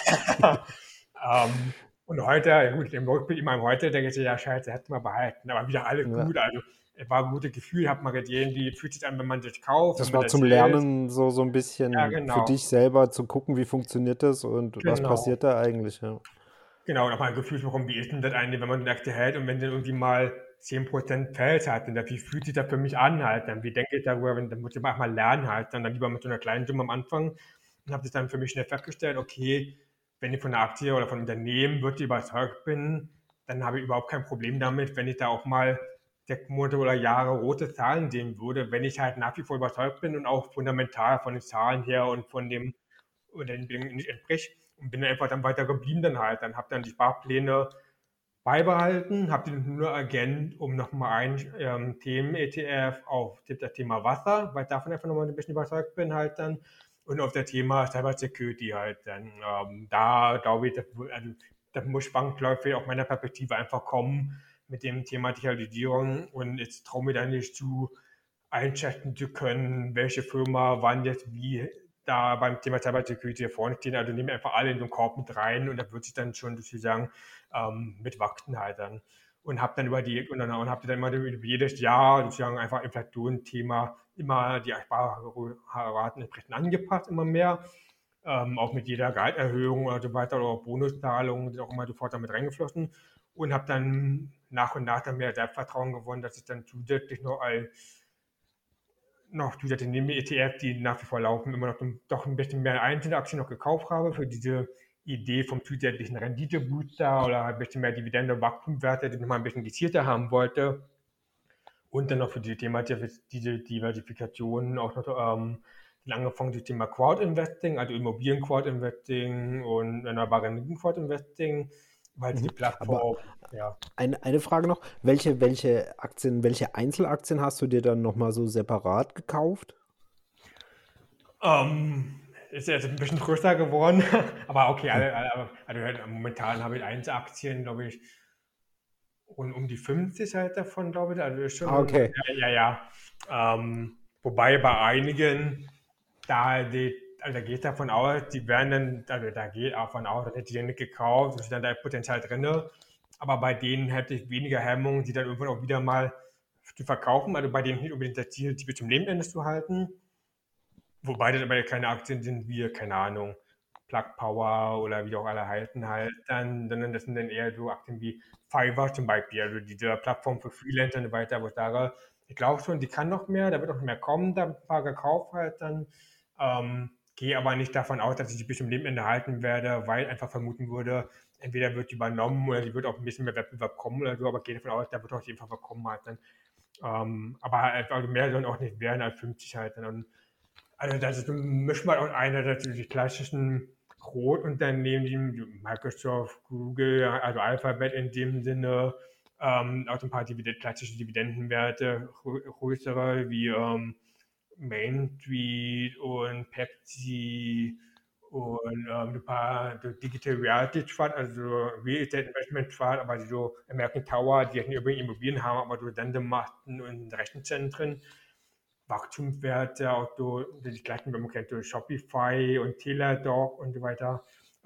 Und heute, ja gut, im Rückblick immer heute, denke ich, ja scheiße, hätte man behalten, aber wieder alles Ja. gut, also es war ein gutes Gefühl, hat man gesehen, wie fühlt sich an, wenn man das kauft, wenn Das man war das zum hält. Lernen so ein Ja, bisschen für genau, dich selber zu gucken, wie funktioniert das und was genau. passiert da eigentlich, ja. Genau, und auch mal ein Gefühl bekommen, wie ist denn das eigentlich, wenn man den Aktie hält und wenn dann irgendwie mal 10% fällt halt, und wie fühlt sich das für mich an halt, dann wie denke ich darüber, dann muss ich auch mal lernen halt, dann lieber mit so einer kleinen Summe am Anfang und habe das dann für mich schnell festgestellt, okay, wenn ich von einer Aktie oder von einem Unternehmen wirklich überzeugt bin, dann habe ich überhaupt kein Problem damit, wenn ich da auch mal 6 Monate oder Jahre rote Zahlen sehen würde, wenn ich halt nach wie vor überzeugt bin und auch fundamental von den Zahlen her und von dem oder den Dingen nicht entspricht und bin dann einfach dann weiter geblieben dann halt. Dann habe dann die Sparpläne beibehalten, habe die nur ergänzt, um nochmal ein Themen-ETF auf das Thema Wasser, weil ich davon einfach nochmal ein bisschen überzeugt bin halt dann und auf das Thema Cyber Security halt dann. Da glaube ich, das muss zwangsläufig aus meiner Perspektive einfach kommen mit dem Thema Digitalisierung und jetzt traue mir da nicht zu, einschätzen zu können, welche Firma wann jetzt wie da beim Thema Cybersecurity vorne stehen. Also nehmen einfach alle in so einen Korb mit rein und da wird sich dann schon sozusagen mit wachsen halt dann. Und habe dann und habe dann immer über jedes Jahr sozusagen einfach Inflationsthema immer die Sparraten entsprechend angepasst, immer mehr. Auch mit jeder Gehaltserhöhung oder so weiter oder auch Bonuszahlungen sind auch immer sofort damit reingeflossen und habe dann nach und nach dann mehr Selbstvertrauen gewonnen, dass ich dann zusätzlich noch zusätzlich neben den ETF, die nach wie vor laufen, immer noch doch ein bisschen mehr Einzelaktien noch gekauft habe für diese Idee vom zusätzlichen Renditebooster oder ein bisschen mehr Dividende, Wachstumswerte, die ich nochmal ein bisschen gezielter haben wollte. Und dann noch für dieses Thema diese Diversifikation auch noch dann angefangen, das Thema Crowd Investing, also Immobilien Crowd Investing und erneuerbare Energien Crowd Investing, weil diese Mhm. Aber Plattform, ja. eine Frage noch, welche Aktien, welche Einzelaktien hast du dir dann noch mal so separat gekauft? Ist jetzt ein bisschen größer geworden, aber okay, also halt momentan habe ich Einzelaktien, glaube ich, und um die 50 halt davon, glaube ich. Also ist Ah, schon, okay. wobei bei einigen, also da geht davon aus, die werden dann, also da geht auch von aus, dass hätte ich die nicht gekauft, ist dann da Potenzial drin. Aber bei denen hätte ich weniger Hemmungen, die dann irgendwann auch wieder mal zu verkaufen. Also bei denen nicht unbedingt das Ziel, die bis zum Lebensende zu halten. Wobei das aber keine Aktien sind wie, keine Ahnung, Plug Power oder wie die auch alle halten halt dann, sondern das sind dann eher so Aktien wie Fiverr zum Beispiel, also diese Plattform für Freelancer und so weiter, wo ich sage, ich glaube schon, die kann noch mehr, da wird noch mehr kommen, da wird ein paar gekauft halt dann. Gehe aber nicht davon aus, dass ich die bis zum Lebensende halten werde, weil einfach vermuten würde, entweder wird die übernommen oder die wird auch ein bisschen mehr Wettbewerb kommen oder so, aber gehe davon aus, da wird auch auf jeden Fall kommen halt dann. Aber also mehr sollen auch nicht werden als 50 halt dann. Und also das ist ein Mischmasch aus einerseits die klassischen Großunternehmen, die Microsoft, Google, also Alphabet in dem Sinne, auch ein paar klassische Dividendenwerte, größere wie Main Street und Pepsi und ein paar so Digital Reality Chart, also Real Estate Investment Chart, aber so American Tower, die nicht übrigens Immobilien haben, aber so Sendemasten und Rechenzentren. Wachstumswerte, auch so die gleichen, wenn man kennt, so Shopify und Teladoc und so weiter.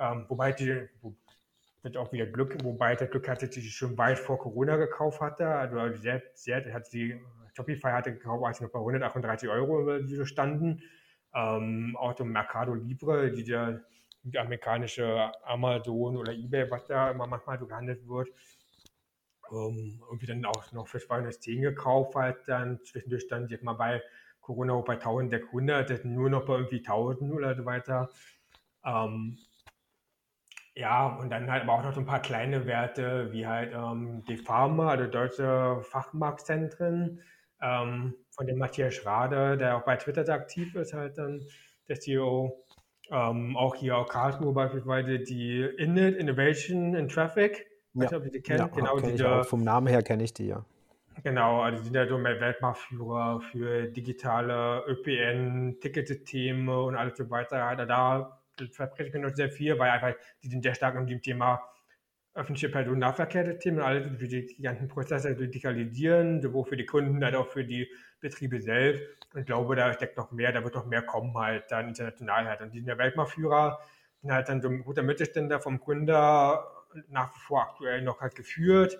Das auch wieder Glück, wobei das Glück hatte, dass ich schon weit vor Corona gekauft hatte. Also selbst hat Shopify hatte gekauft, als sie noch bei 138 Euro die so standen. Auch so Mercado Libre, die amerikanische Amazon oder eBay, was da immer manchmal so gehandelt wird. Irgendwie dann auch noch für 210 gekauft, halt dann zwischendurch stand jetzt mal bei Corona auch bei 1600, das nur noch bei irgendwie 1000 oder so weiter. Ähm, ja, und dann halt aber auch noch so ein paar kleine Werte, wie halt die Pharma, also deutsche Fachmarktzentren. von dem Matthias Schrader, der auch bei Twitter da aktiv ist, halt dann der CEO. Auch hier auch Karlsruhe beispielsweise die Init, Innovation in Traffic, weiß Ja, nicht, ob ihr die ja, kennt, genau kenne ich auch. diese, Vom Namen her kenne ich die, ja. genau, also die sind ja so Weltmarktführer für digitale ÖPN-Ticketsysteme und alles so weiter. Also da verspreche ich mir noch sehr viel, weil einfach die sind sehr stark in dem Thema öffentliche Personennahverkehrssysteme und alles für die ganzen Prozesse digitalisieren, sowohl für die Kunden als auch für die Betriebe selbst. Und ich glaube, da steckt noch mehr, da wird noch mehr kommen halt dann international halt. Und die sind ja Weltmarktführer, sind halt dann so ein guter Mittelständler vom Gründer nach wie vor aktuell noch halt geführt,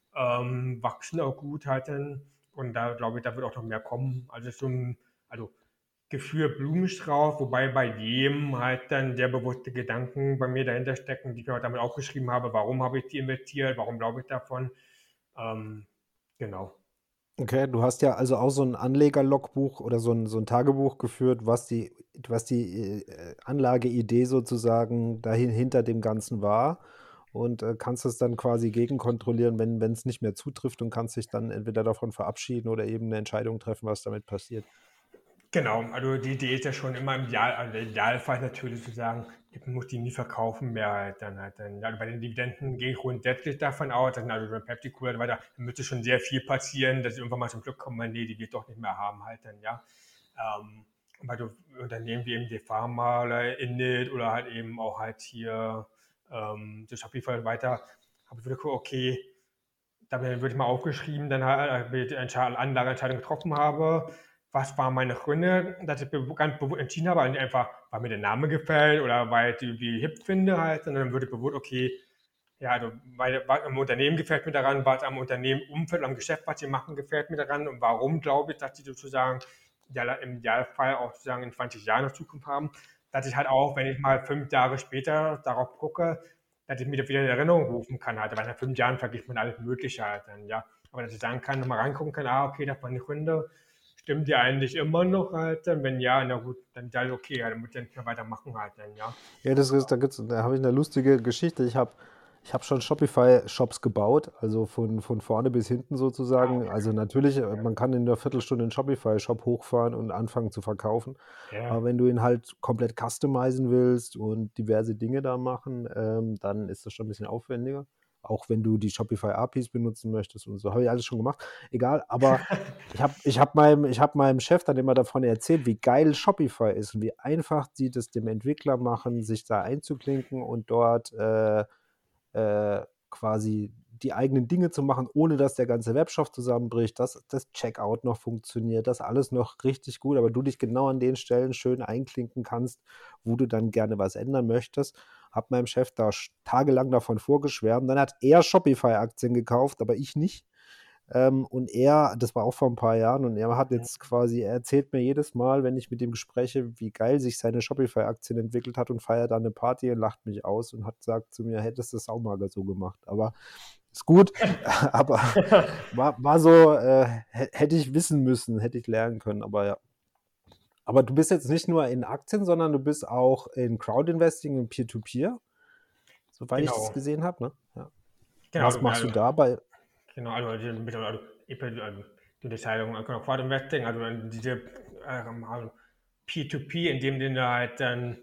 wachsen auch gut halt dann. Und da glaube ich, da wird auch noch mehr kommen. Also so ein, also geführt Blumenstrauß, wobei bei jedem halt dann sehr bewusste Gedanken bei mir dahinter stecken, die ich mir damit aufgeschrieben habe, warum habe ich die investiert, warum glaube ich davon. Ähm, genau. Okay, du hast ja also auch so ein Anlegerlogbuch oder so ein Tagebuch geführt, was die Anlageidee sozusagen dahin hinter dem Ganzen war und, kannst es dann quasi gegenkontrollieren, wenn es nicht mehr zutrifft und kannst dich dann entweder davon verabschieden oder eben eine Entscheidung treffen, was damit passiert. Genau, also die Idee ist ja schon immer im Ideal, also der Idealfall natürlich zu sagen, ich muss die nie verkaufen mehr halt dann halt dann. Ja, bei den Dividenden gehe ich grundsätzlich davon aus, dass also bei Pepsi Cool und weiter, da müsste schon sehr viel passieren, dass ich irgendwann mal zum Glück komme, nee, die will ich doch nicht mehr haben halt dann, ja. Und bei so Unternehmen wie eben die Pharma oder Init oder halt eben auch halt hier das Shopify und weiter, habe ich gedacht, okay, da würde ich mal aufgeschrieben, dann halt, wie ich die Anlageentscheidung getroffen habe. Was waren meine Gründe, dass ich ganz bewusst entschieden habe, nicht einfach, weil mir der Name gefällt oder weil ich die irgendwie hip finde halt, sondern dann würde ich bewusst, okay, ja, also weil, was am Unternehmen gefällt mir daran, was am Unternehmen Umfeld, am Geschäft, was sie machen, gefällt mir daran und warum glaube ich, dass sie sozusagen ja, im Idealfall auch sozusagen in 20 Jahren noch Zukunft haben, dass ich halt auch, wenn ich mal 5 Jahre später darauf gucke, dass ich mir das wieder in Erinnerung rufen kann halt, weil nach 5 Jahren vergisst man alles Mögliche halt dann, ja. Aber dass ich sagen kann, nochmal reingucken kann, okay, das waren die Gründe, stimmt die eigentlich immer noch halt dann? Wenn ja, na gut, dann ist halt okay, ja, dann muss ich nicht mehr weitermachen halt dann, ja. Ja, da habe ich eine lustige Geschichte. Ich habe schon Shopify-Shops gebaut, also von vorne bis hinten sozusagen. Okay. Also natürlich, man kann in einer Viertelstunde einen Shopify-Shop hochfahren und anfangen zu verkaufen. Ja. Aber wenn du ihn halt komplett customizen willst und diverse Dinge da machen, dann ist das schon ein bisschen aufwendiger. Auch wenn du die Shopify-APIs benutzen möchtest und so, habe ich alles schon gemacht. Egal, aber ich hab meinem Chef dann immer davon erzählt, wie geil Shopify ist und wie einfach sie das dem Entwickler machen, sich da einzuklinken und dort quasi die eigenen Dinge zu machen, ohne dass der ganze Webshop zusammenbricht, dass das Checkout noch funktioniert, dass alles noch richtig gut, aber du dich genau an den Stellen schön einklinken kannst, wo du dann gerne was ändern möchtest. Hab meinem Chef da tagelang davon vorgeschwärmt. Dann hat er Shopify-Aktien gekauft, aber ich nicht. Und das war auch vor ein paar Jahren, und er hat jetzt quasi, er erzählt mir jedes Mal, wenn ich mit ihm spreche, wie geil sich seine Shopify-Aktien entwickelt hat und feiert dann eine Party und lacht mich aus und hat gesagt zu mir, hättest du das auch mal so gemacht. Aber ist gut, aber war so, hätte ich wissen müssen, hätte ich lernen können, aber ja. Aber du bist jetzt nicht nur in Aktien, sondern du bist auch in Crowdinvesting und Peer-to-Peer, soweit ich das Genau. gesehen habe, ne? Ja. Genau, Was machst du dabei? genau, also die Unterscheidung Crowd-Investing, also diese also P2P, in dem Sinne halt dann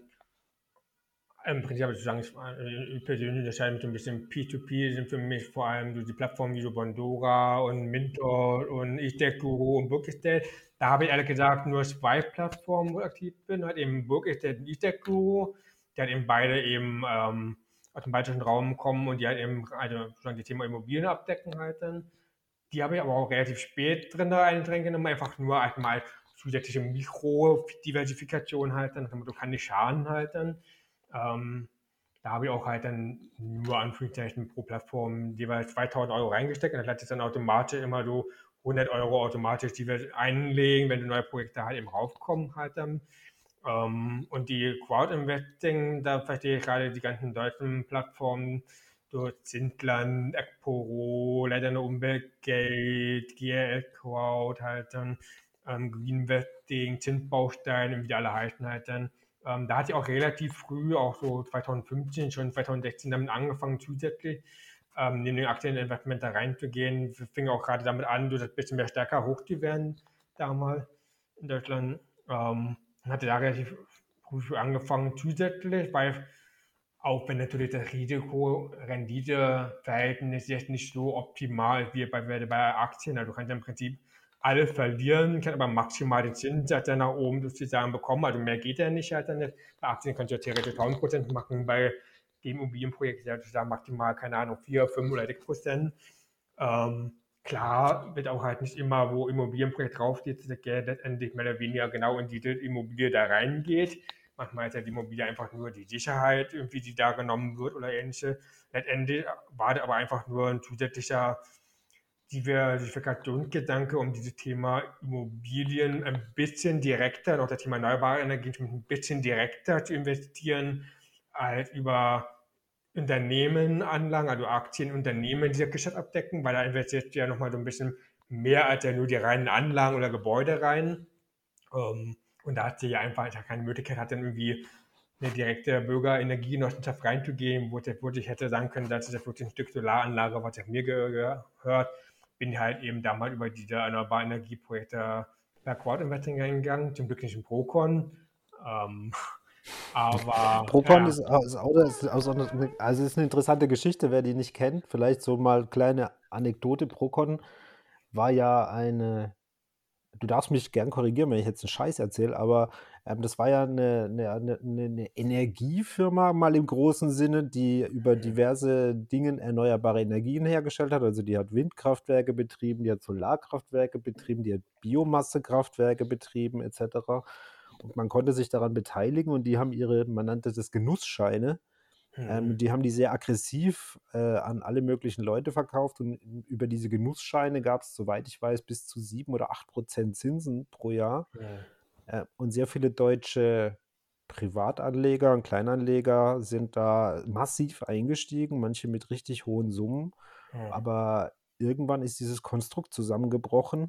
im Prinzip habe ich sagen, ich persönlich unterscheide mich so ein bisschen P2P sind für mich vor allem so die Plattformen wie so Bondora und Minter und iStack-Guru und Bookestate. Da habe ich ehrlich gesagt nur zwei Plattformen, wo ich aktiv bin, halt eben Bookestate und iStack-Guru, die halt eben beide eben aus dem baltischen Raum kommen und die halt eben also sozusagen die Thema Immobilien abdecken halt dann. Die habe ich aber auch relativ spät drin da genommen, einfach nur halt mal zusätzliche Mikrodiversifikation halt dann, du kann nicht schaden halt dann. Ähm, da habe ich auch halt dann nur Anführungszeichen pro Plattform jeweils 2.000 € reingesteckt und das lässt sich dann automatisch immer so 100 € automatisch, die wir einlegen, wenn die neue Projekte halt eben raufkommen halt dann. Und die Crowd-Investing, da verstehe ich gerade die ganzen deutschen Plattformen, so Zintland, Ekporo, leider eine Umweltgate, GRL Crowd halt dann, Greenvesting, Zinsbaustein und wie die alle heißen halt dann. Da hatte ich auch relativ früh, auch so 2015, schon 2016 damit angefangen zusätzlich, neben den Aktieninvestment da reinzugehen. Wir fingen auch gerade damit an, das ein bisschen mehr stärker hoch zu werden damals in Deutschland. Hatte da relativ früh angefangen zusätzlich, weil auch wenn natürlich das Risiko-Rendite-Verhältnis jetzt nicht so optimal ist wie bei Aktien. Also du kannst im Prinzip alles verlieren, kannst aber maximal den Zinssatz dann nach oben sozusagen bekommen. Also mehr geht ja nicht halt dann nicht. Bei Aktien kannst du ja theoretisch 1000% machen, bei dem Immobilienprojekt ja sozusagen maximal, keine Ahnung, 4, 5 oder 6%. Klar wird auch halt nicht immer, wo Immobilienprojekt draufsteht, das Geld letztendlich mehr oder weniger genau in diese Immobilie da reingeht. Manchmal ist ja die Immobilie einfach nur die Sicherheit, irgendwie, die da genommen wird oder ähnliche. Letztendlich war das aber einfach nur ein zusätzlicher Diversifikationsgedanke, um dieses Thema Immobilien ein bisschen direkter, und auch das Thema erneuerbare Energien ein bisschen direkter zu investieren, als über Unternehmenanlagen, also Aktienunternehmen, die das Geschäft abdecken, weil da investiert ja nochmal so ein bisschen mehr als ja nur die reinen Anlagen oder Gebäude rein. Und da hat sie ja einfach keine Möglichkeit, hat dann irgendwie eine direkte Bürgerenergiegenossenschaft reinzugehen, wo ich hätte sagen können, dass das wirklich ein Stück Solaranlage, was mir gehört, bin halt eben damals über diese erneuerbaren Energieprojekte per Crowd-Investing reingegangen, zum Glück nicht im Procon. Aber Procon ja, also ist eine interessante Geschichte, wer die nicht kennt. Vielleicht so mal kleine Anekdote. Procon war ja du darfst mich gern korrigieren, wenn ich jetzt einen Scheiß erzähle, aber das war ja eine Energiefirma mal im großen Sinne, die über diverse Dinge erneuerbare Energien hergestellt hat. Also die hat Windkraftwerke betrieben, die hat Solarkraftwerke betrieben, die hat Biomassekraftwerke betrieben etc. Und man konnte sich daran beteiligen und die haben man nannte das Genussscheine. Die haben die sehr aggressiv an alle möglichen Leute verkauft und über diese Genussscheine gab es, soweit ich weiß, bis zu 7 oder 8% Zinsen pro Jahr. Und sehr viele deutsche Privatanleger und Kleinanleger sind da massiv eingestiegen, manche mit richtig hohen Summen. Aber irgendwann ist dieses Konstrukt zusammengebrochen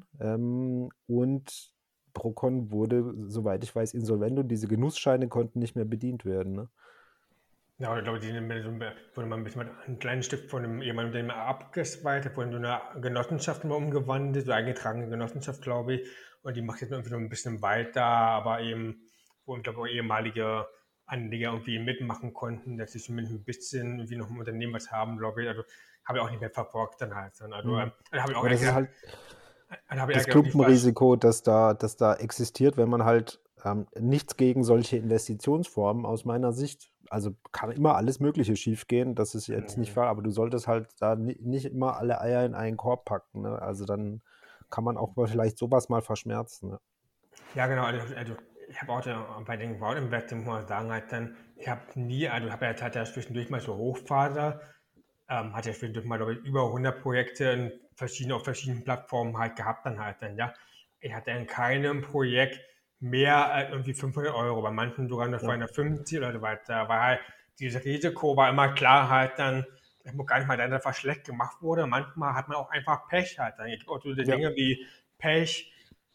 und Procon wurde, soweit ich weiß, insolvent und diese Genussscheine konnten nicht mehr bedient werden. Ne? ja, ich glaube, wurde mal ein bisschen ein kleines Stück von einem ehemaligen Unternehmen abgespaltet, wurde in so eine Genossenschaft mal umgewandelt, so eingetragene Genossenschaft, glaube ich. Und die macht jetzt irgendwie so ein bisschen weiter, aber eben, wo ich glaube, auch ehemalige Anleger irgendwie mitmachen konnten, dass sie zumindest ein bisschen irgendwie noch ein Unternehmen was haben, glaube ich. Also habe ich auch nicht mehr verfolgt dann halt. Also dann habe ich auch Aber das ist halt dann habe ich das eigentlich auch nicht was. Klumpenrisiko, das da existiert, wenn man halt nichts gegen solche Investitionsformen aus meiner Sicht. Also kann immer alles Mögliche schiefgehen, das ist jetzt nicht wahr, aber du solltest halt da nicht immer alle Eier in einen Korb packen. Ne? Also dann kann man auch mal vielleicht sowas mal verschmerzen. Ne? Ja, genau. Also ich habe auch bei den Crowd-Investing, muss man sagen, halt dann, ich habe nie, also ich habe ja halt ja zwischendurch mal so Hochphase, hatte ja zwischendurch mal, glaube ich, über 100 Projekte auf verschiedenen Plattformen halt gehabt dann halt dann, ja. Ich hatte in keinem Projekt mehr als irgendwie 500 Euro, bei manchen sogar nur Ja. 250 oder so weiter, weil halt dieses Risiko war immer klar halt dann, ich muss gar nicht mal, dass etwas schlecht gemacht wurde. Manchmal hat man auch einfach Pech halt dann. Es gibt auch so Ja, Dinge wie Pech,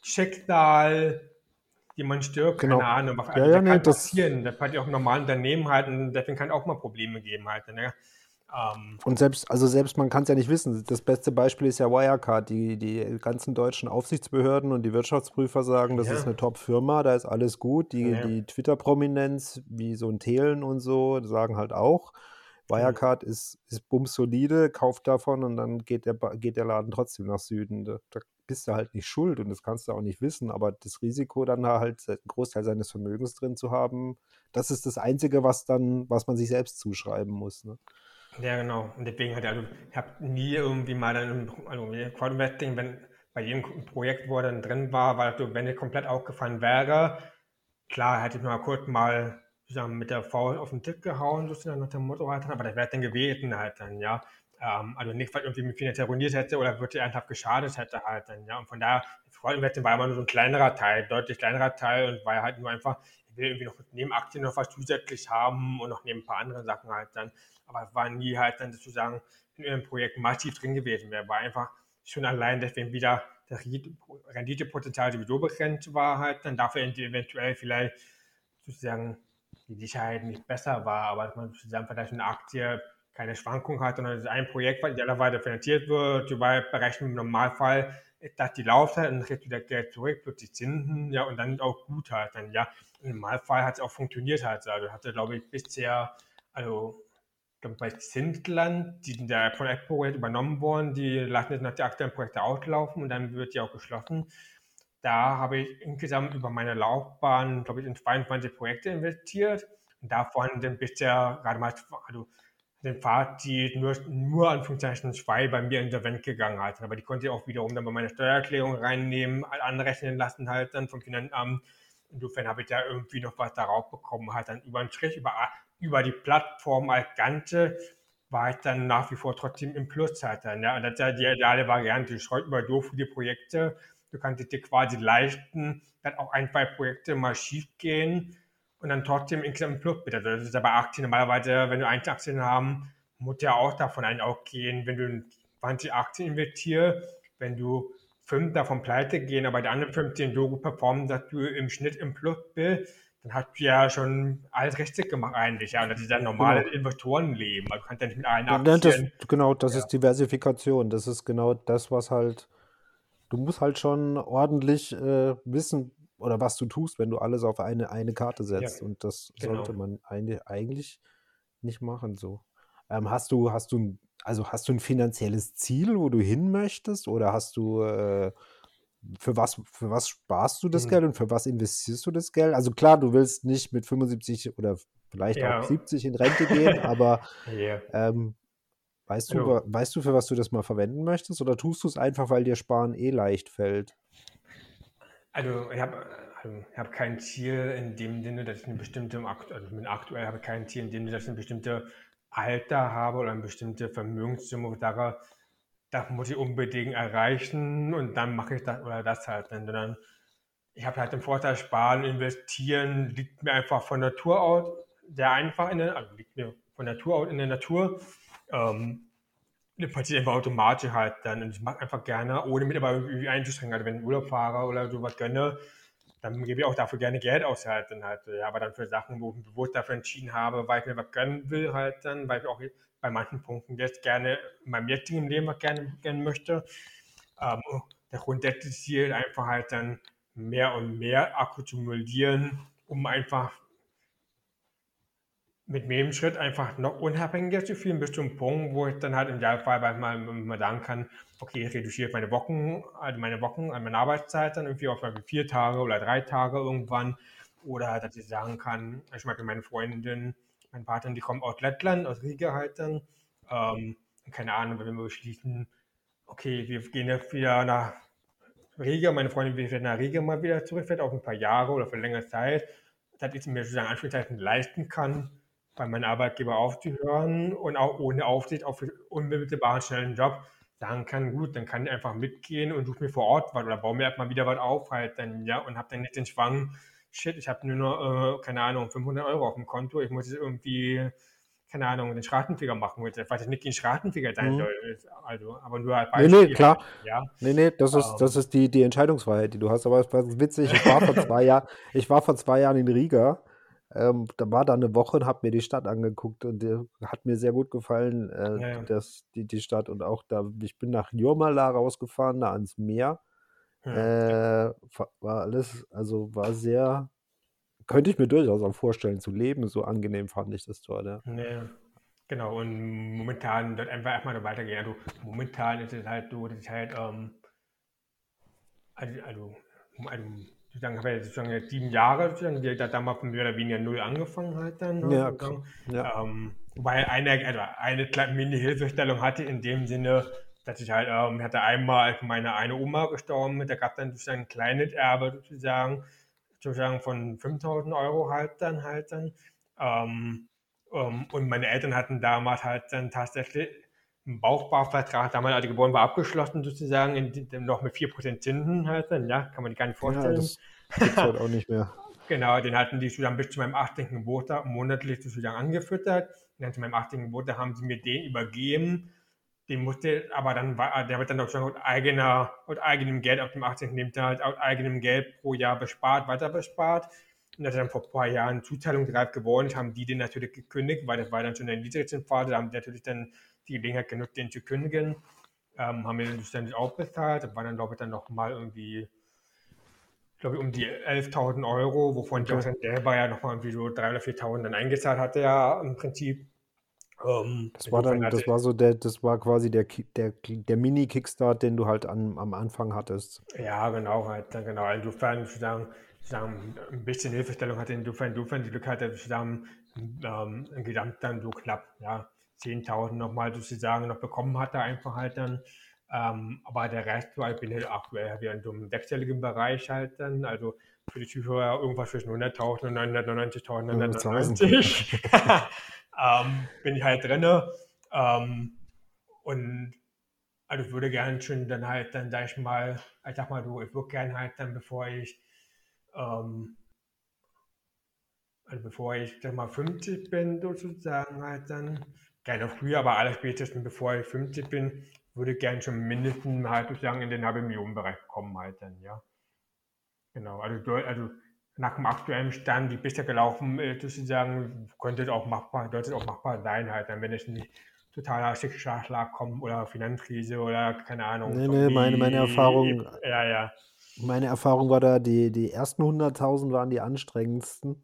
Schicksal, jemand stirbt, keine genau. Ahnung. Ja, Also ja, das nee, kann passieren. Das hat ja auch im normalen Unternehmen halt und deswegen kann auch mal Probleme geben halt. Ne? und selbst man kann es ja nicht wissen. Das beste Beispiel ist ja Wirecard. Die ganzen deutschen Aufsichtsbehörden und die Wirtschaftsprüfer sagen, das ist Ja, eine Top-Firma, da ist alles gut. Die, ne, die Twitter-Prominenz, wie so ein Thelen und so, sagen halt auch, Wirecard ist bumsolide, kauft davon und dann geht der Laden trotzdem nach Süden. Da bist du halt nicht schuld und das kannst du auch nicht wissen, aber das Risiko, dann da halt einen Großteil seines Vermögens drin zu haben, das ist das Einzige, was man sich selbst zuschreiben muss. Ne? ja, genau. Und deswegen halt, also ich habe nie irgendwie mal dann, also Crowdinvesting, wenn bei jedem Projekt, wo er dann drin war, weil so, wenn er komplett aufgefallen wäre, klar, hätte ich mal kurz mal sozusagen mit der Faust auf den Tisch gehauen, sozusagen nach dem Motto halt, aber das wäre dann gewesen halt dann, ja. Also nicht, weil irgendwie mich finanziell ruiniert hätte oder wirklich ernsthaft geschadet hätte halt dann, ja. Und von daher, Crowdinvesting war immer nur so ein kleinerer Teil, deutlich kleinerer Teil und war halt nur einfach, ich will irgendwie noch neben Aktien noch was zusätzlich haben und noch neben ein paar andere Sachen halt dann. Aber es war nie halt dann sozusagen in irgendeinem Projekt massiv drin gewesen wäre. War einfach schon allein deswegen wieder das Renditepotenzial sowieso begrenzt war halt, dann dafür eventuell vielleicht sozusagen die Sicherheit nicht besser war, aber dass man sozusagen vielleicht eine Aktie, keine Schwankung hat, sondern es ist ein Projekt, was idealerweise finanziert wird, über Berechnung im Normalfall, dass die Laufzeit und dann kriegst du das Geld zurück, plus die Zinsen, ja, und dann auch gut halt dann, ja. Im Normalfall hat es auch funktioniert halt, also hatte, glaube ich, bisher, also ich glaube, bei Zindland, die sind ja von Expo jetzt übernommen worden, die lassen jetzt noch die aktuellen Projekte auslaufen und dann wird die auch geschlossen. Da habe ich insgesamt über meine Laufbahn, glaube ich, in 22 Projekte investiert. Und davon sind bisher gerade mal, also den Fazit nur Anführungszeichen 2 bei mir insolvent gegangen hat. Aber die konnte ich auch wiederum dann bei meiner Steuererklärung reinnehmen, anrechnen lassen halt dann vom Finanzamt. Insofern habe ich da irgendwie noch was darauf bekommen, halt dann über den Strich, über die Plattform als Ganze war ich dann nach wie vor trotzdem im Plus halt dann. Ja. Und das ist ja die ideale Variante. Ich schreibe über doof viele Projekte. Du kannst es dir quasi leisten, dass auch ein, zwei Projekte mal schief gehen und dann trotzdem insgesamt im Plus bist. Also das ist ja bei Aktien normalerweise, wenn du Einzelaktien haben, muss ja auch davon ausgehen, wenn du in 20 Aktien investierst, wenn du 5 davon pleite gehen, aber die anderen 15 so gut performen, dass du im Schnitt im Plus bist, dann hast du ja schon alles richtig gemacht eigentlich. Ja, und das ist ja ein normales Genau. Investorenleben. Also du kannst ja nicht mit allen Das, Aktien. genau, das Ja, ist Diversifikation. Das ist genau das, was halt, du musst halt schon ordentlich wissen, oder was du tust, wenn du alles auf eine Karte ja, setzt. Und das genau. sollte man eigentlich nicht machen so. Also hast du ein finanzielles Ziel, wo du hin möchtest? Oder hast du, für was sparst du das Hm. Geld und für was investierst du das Geld? Also klar, du willst nicht mit 75 oder vielleicht auch Ja. 70 in Rente gehen, aber Ja. ähm, Also, weißt du, für was du das mal verwenden möchtest? Oder tust du es einfach, weil dir Sparen eh leicht fällt? ich hab kein Ziel in dem Sinne, dass ich eine bestimmte, aktuell habe ich kein Ziel in dem Sinne, dass ich eine bestimmte Alter habe oder eine bestimmte Vermögenssumme, wo ich sage, das muss ich unbedingt erreichen und dann mache ich das oder das halt. Sondern ich habe halt den Vorteil, sparen, investieren liegt mir einfach von Natur aus sehr einfach also liegt mir von Natur aus in der Natur. Ähm, Das passiert einfach automatisch halt dann. Und ich mag einfach gerne, ohne mich aber irgendwie einzuschränken. Also wenn ich in Urlaub fahre oder sowas gönne, dann gebe ich auch dafür gerne Geld aus halt dann halt. Ja, aber dann für Sachen, wo ich mich bewusst dafür entschieden habe, weil ich mir was gönnen will halt dann, weil ich auch bei manchen Punkten jetzt gerne in meinem jetzigen Leben was gerne gönnen möchte. Ähm, Der grundsätzliche Ziel einfach halt dann mehr und mehr akkumulieren, um einfach mit jedem Schritt einfach noch unabhängiger zu fühlen, bis zum Punkt, wo ich dann halt im Idealfall mal sagen kann, okay, ich reduziere meine Arbeitszeit dann irgendwie auf 4 Tage oder 3 Tage irgendwann. Oder dass ich sagen kann, ich meine, meine Freundin, mein Partner, die kommen aus Lettland, aus Riga halt dann. Ähm, Keine Ahnung, wenn wir beschließen, okay, wir gehen jetzt wieder nach Riga, meine Freundin wird nach Riga mal wieder zurück, vielleicht auch ein paar Jahre oder für längere Zeit, dass ich es mir sozusagen Anführungszeichen leisten kann, bei meinem Arbeitgeber aufzuhören und auch ohne Aufsicht auf unmittelbaren schnellen Job sagen kann, gut, dann kann ich einfach mitgehen und suche mir vor Ort was oder baue mir erstmal wieder was auf halt dann, ja, und habe dann nicht den Zwang, shit, ich habe nur noch, keine Ahnung, 500 € auf dem Konto, ich muss jetzt irgendwie, keine Ahnung, den Schratenfeger machen, weil das nicht ein Schratenfeger sein Mhm. soll, also, aber nur als Nee, nee, Beispiel klar. halt, ja. Nee, das Ähm, ist die Entscheidungsfreiheit, die du hast. Aber es war witzig, ich war vor 2 Jahren in Riga. Da war da eine Woche und habe mir die Stadt angeguckt und hat mir sehr gut gefallen, ja, die Stadt. Und auch da, ich bin nach Jurmala rausgefahren, da ans Meer. ja, War alles, also war sehr, könnte ich mir durchaus auch vorstellen zu leben. So angenehm fand ich das dort, ja. ja, genau. Und momentan wird einfach erstmal so weitergehen. Also momentan ist es halt so, dass ich halt, also sozusagen habe ich jetzt sozusagen jetzt 7 Jahre, sozusagen, die hat damals von mehr oder weniger null angefangen halt dann, ne, Ja, sozusagen. ja, Wobei eine kleine Mini-Hilfestellung hatte in dem Sinne, dass ich halt, hatte einmal, als meine eine Oma gestorben ist, da gab es dann sozusagen ein kleines Erbe sozusagen von 5.000 € halt dann. Ähm, und meine Eltern hatten damals halt dann tatsächlich einen Bauchbarvertrag, damals als ich geboren war, abgeschlossen sozusagen, noch mit 4% Zinsen halt dann, ja, kann man sich gar nicht ja, vorstellen. das gibt's heute auch nicht mehr. Genau, den hatten die sozusagen bis zu meinem 18. Geburtstag monatlich sozusagen angefüttert. Und dann zu meinem 18. Geburtstag haben sie mir den übergeben. Den musste, aber dann war, der wird dann sozusagen aus eigenem Geld auf dem 18. Lebensjahr, aus eigenem Geld pro Jahr bespart, weiter bespart. und das ist dann vor ein paar Jahren zuteilungsreif geworden ist, haben die den natürlich gekündigt, weil das war dann schon in der niedrigsten Phase, da haben die natürlich dann die Gelegenheit genutzt, den zu kündigen, haben wir den ständig auch bezahlt, das war dann, glaube ich, dann nochmal irgendwie, glaube ich, um die 11.000 Euro, wovon die auch Okay. dann selber ja nochmal irgendwie so 3.000 oder 4.000 dann eingezahlt hatte, ja, im Prinzip. Das war Insofern dann, hatte das war so das war quasi der Mini-Kickstart, den du halt am Anfang hattest. ja, genau, halt, dann genau. Insofern sozusagen ein bisschen Hilfestellung hatte, insofern die Glück hatte, sozusagen im Gesamt dann so knapp, ja, 10.000 nochmal sozusagen noch bekommen hatte, einfach halt dann. Aber der Rest war, ich bin halt aktuell wieder in so einem sechsstelligen Bereich halt dann, also für die Zuhörer irgendwas zwischen 100.000 und 100.000. 999.999 bin ich halt drinne. Und also ich würde gerne schon dann halt dann, ich sag mal so, ich würde gerne halt dann, ähm, bevor ich sag mal 50 bin, sozusagen halt dann, gerne früher, aber allerspätestens bevor ich 50 bin, würde ich gerne schon mindestens halt sozusagen in den halben Millionenbereich kommen halt dann, ja. Genau, also nach dem aktuellen Stand, wie bisher gelaufen ist, sozusagen, sollte es auch machbar sein halt, dann wenn es nicht totaler Schicksalsschlag kommt oder Finanzkrise oder keine Ahnung, Nee, nee, Zombie, ja, ja, meine Erfahrung war da, die ersten 100.000 waren die anstrengendsten.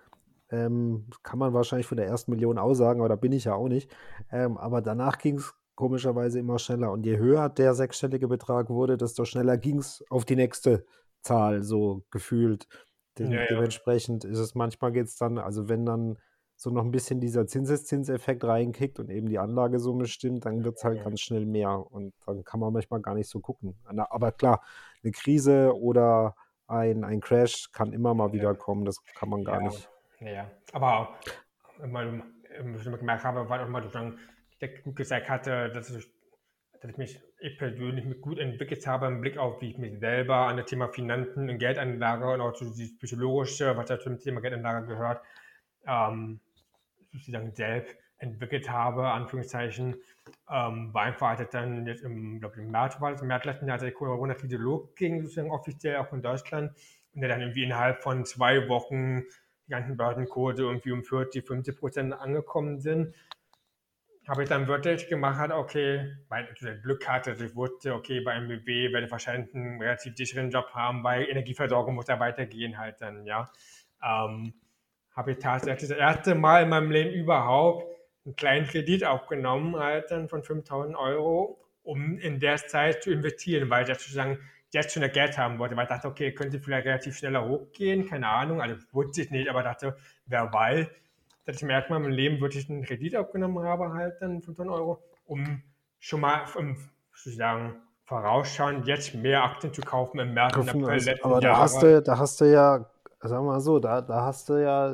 Kann man wahrscheinlich von der ersten Million aussagen, aber da bin ich ja auch nicht. Aber danach ging es komischerweise immer schneller. Und je höher der sechsstellige Betrag wurde, desto schneller ging es auf die nächste Zahl, so gefühlt. ja, ja, Dementsprechend ist es manchmal geht's dann, also wenn dann so noch ein bisschen dieser Zinseszinseffekt reinkickt und eben die Anlagesumme stimmt, dann wird es halt ganz schnell mehr. Und dann kann man manchmal gar nicht so gucken. Aber klar, eine Krise oder ein Crash kann immer mal wieder kommen. Das kann man gar ja, nicht. ja. Aber mal, was ich gemerkt habe, war auch mal sozusagen, der gut gesagt hatte, dass ich mich persönlich mit gut entwickelt habe im Blick auf, wie ich mich selber an das Thema Finanzen und Geldanlage und auch so dieses Psychologische, was da zum Thema Geldanlage gehört, ähm, sozusagen selbst entwickelt habe, Anführungszeichen, war einfach, als es dann jetzt glaube ich, im März war das, im März letzten Jahr, als die Corona-Krise losging, sozusagen offiziell auch in Deutschland, und der dann irgendwie innerhalb von 2 Wochen die ganzen Börsenkurse irgendwie um 40, 50% angekommen sind, habe ich dann wirklich gemacht, okay, weil ich Glück hatte, dass ich wusste, okay, bei MBW werde ich wahrscheinlich einen relativ sicheren Job haben, weil Energieversorgung muss da weitergehen halt dann, ja. Ähm, Habe ich tatsächlich das erste Mal in meinem Leben überhaupt einen kleinen Kredit aufgenommen, halt dann von 5.000 Euro, um in der Zeit zu investieren, weil ich sozusagen jetzt schon das Geld haben wollte, weil ich dachte, okay, könnte vielleicht relativ schneller hochgehen, keine Ahnung, also wusste ich nicht, aber dachte, wer weiß, dass ich zum ersten Mal in meinem Leben wirklich einen Kredit aufgenommen habe, halt dann 5.000 Euro, um schon mal, sozusagen, vorausschauend jetzt mehr Aktien zu kaufen im März und April letzten Aber Jahres. da hast du ja, sagen wir mal so, da hast du ja,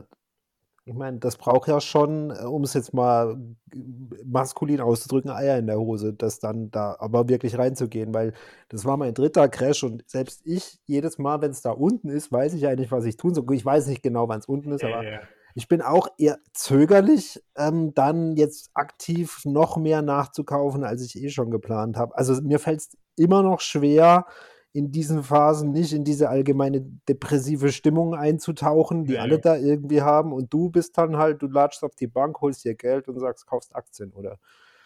ich meine, das braucht ja schon, um es jetzt mal maskulin auszudrücken, Eier in der Hose, das dann da aber wirklich reinzugehen, weil das war mein dritter Crash und selbst ich, jedes Mal, wenn es da unten ist, weiß ich eigentlich, was ich tun soll. Ich weiß nicht genau, wann es unten ist, aber Äh, ich bin auch eher zögerlich, dann jetzt aktiv noch mehr nachzukaufen, als ich eh schon geplant habe. Also mir fällt es immer noch schwer, in diesen Phasen nicht in diese allgemeine depressive Stimmung einzutauchen, die alle nee. da irgendwie haben. Und du bist dann halt, du latschst auf die Bank, holst dir Geld und sagst, kaufst Aktien, oder?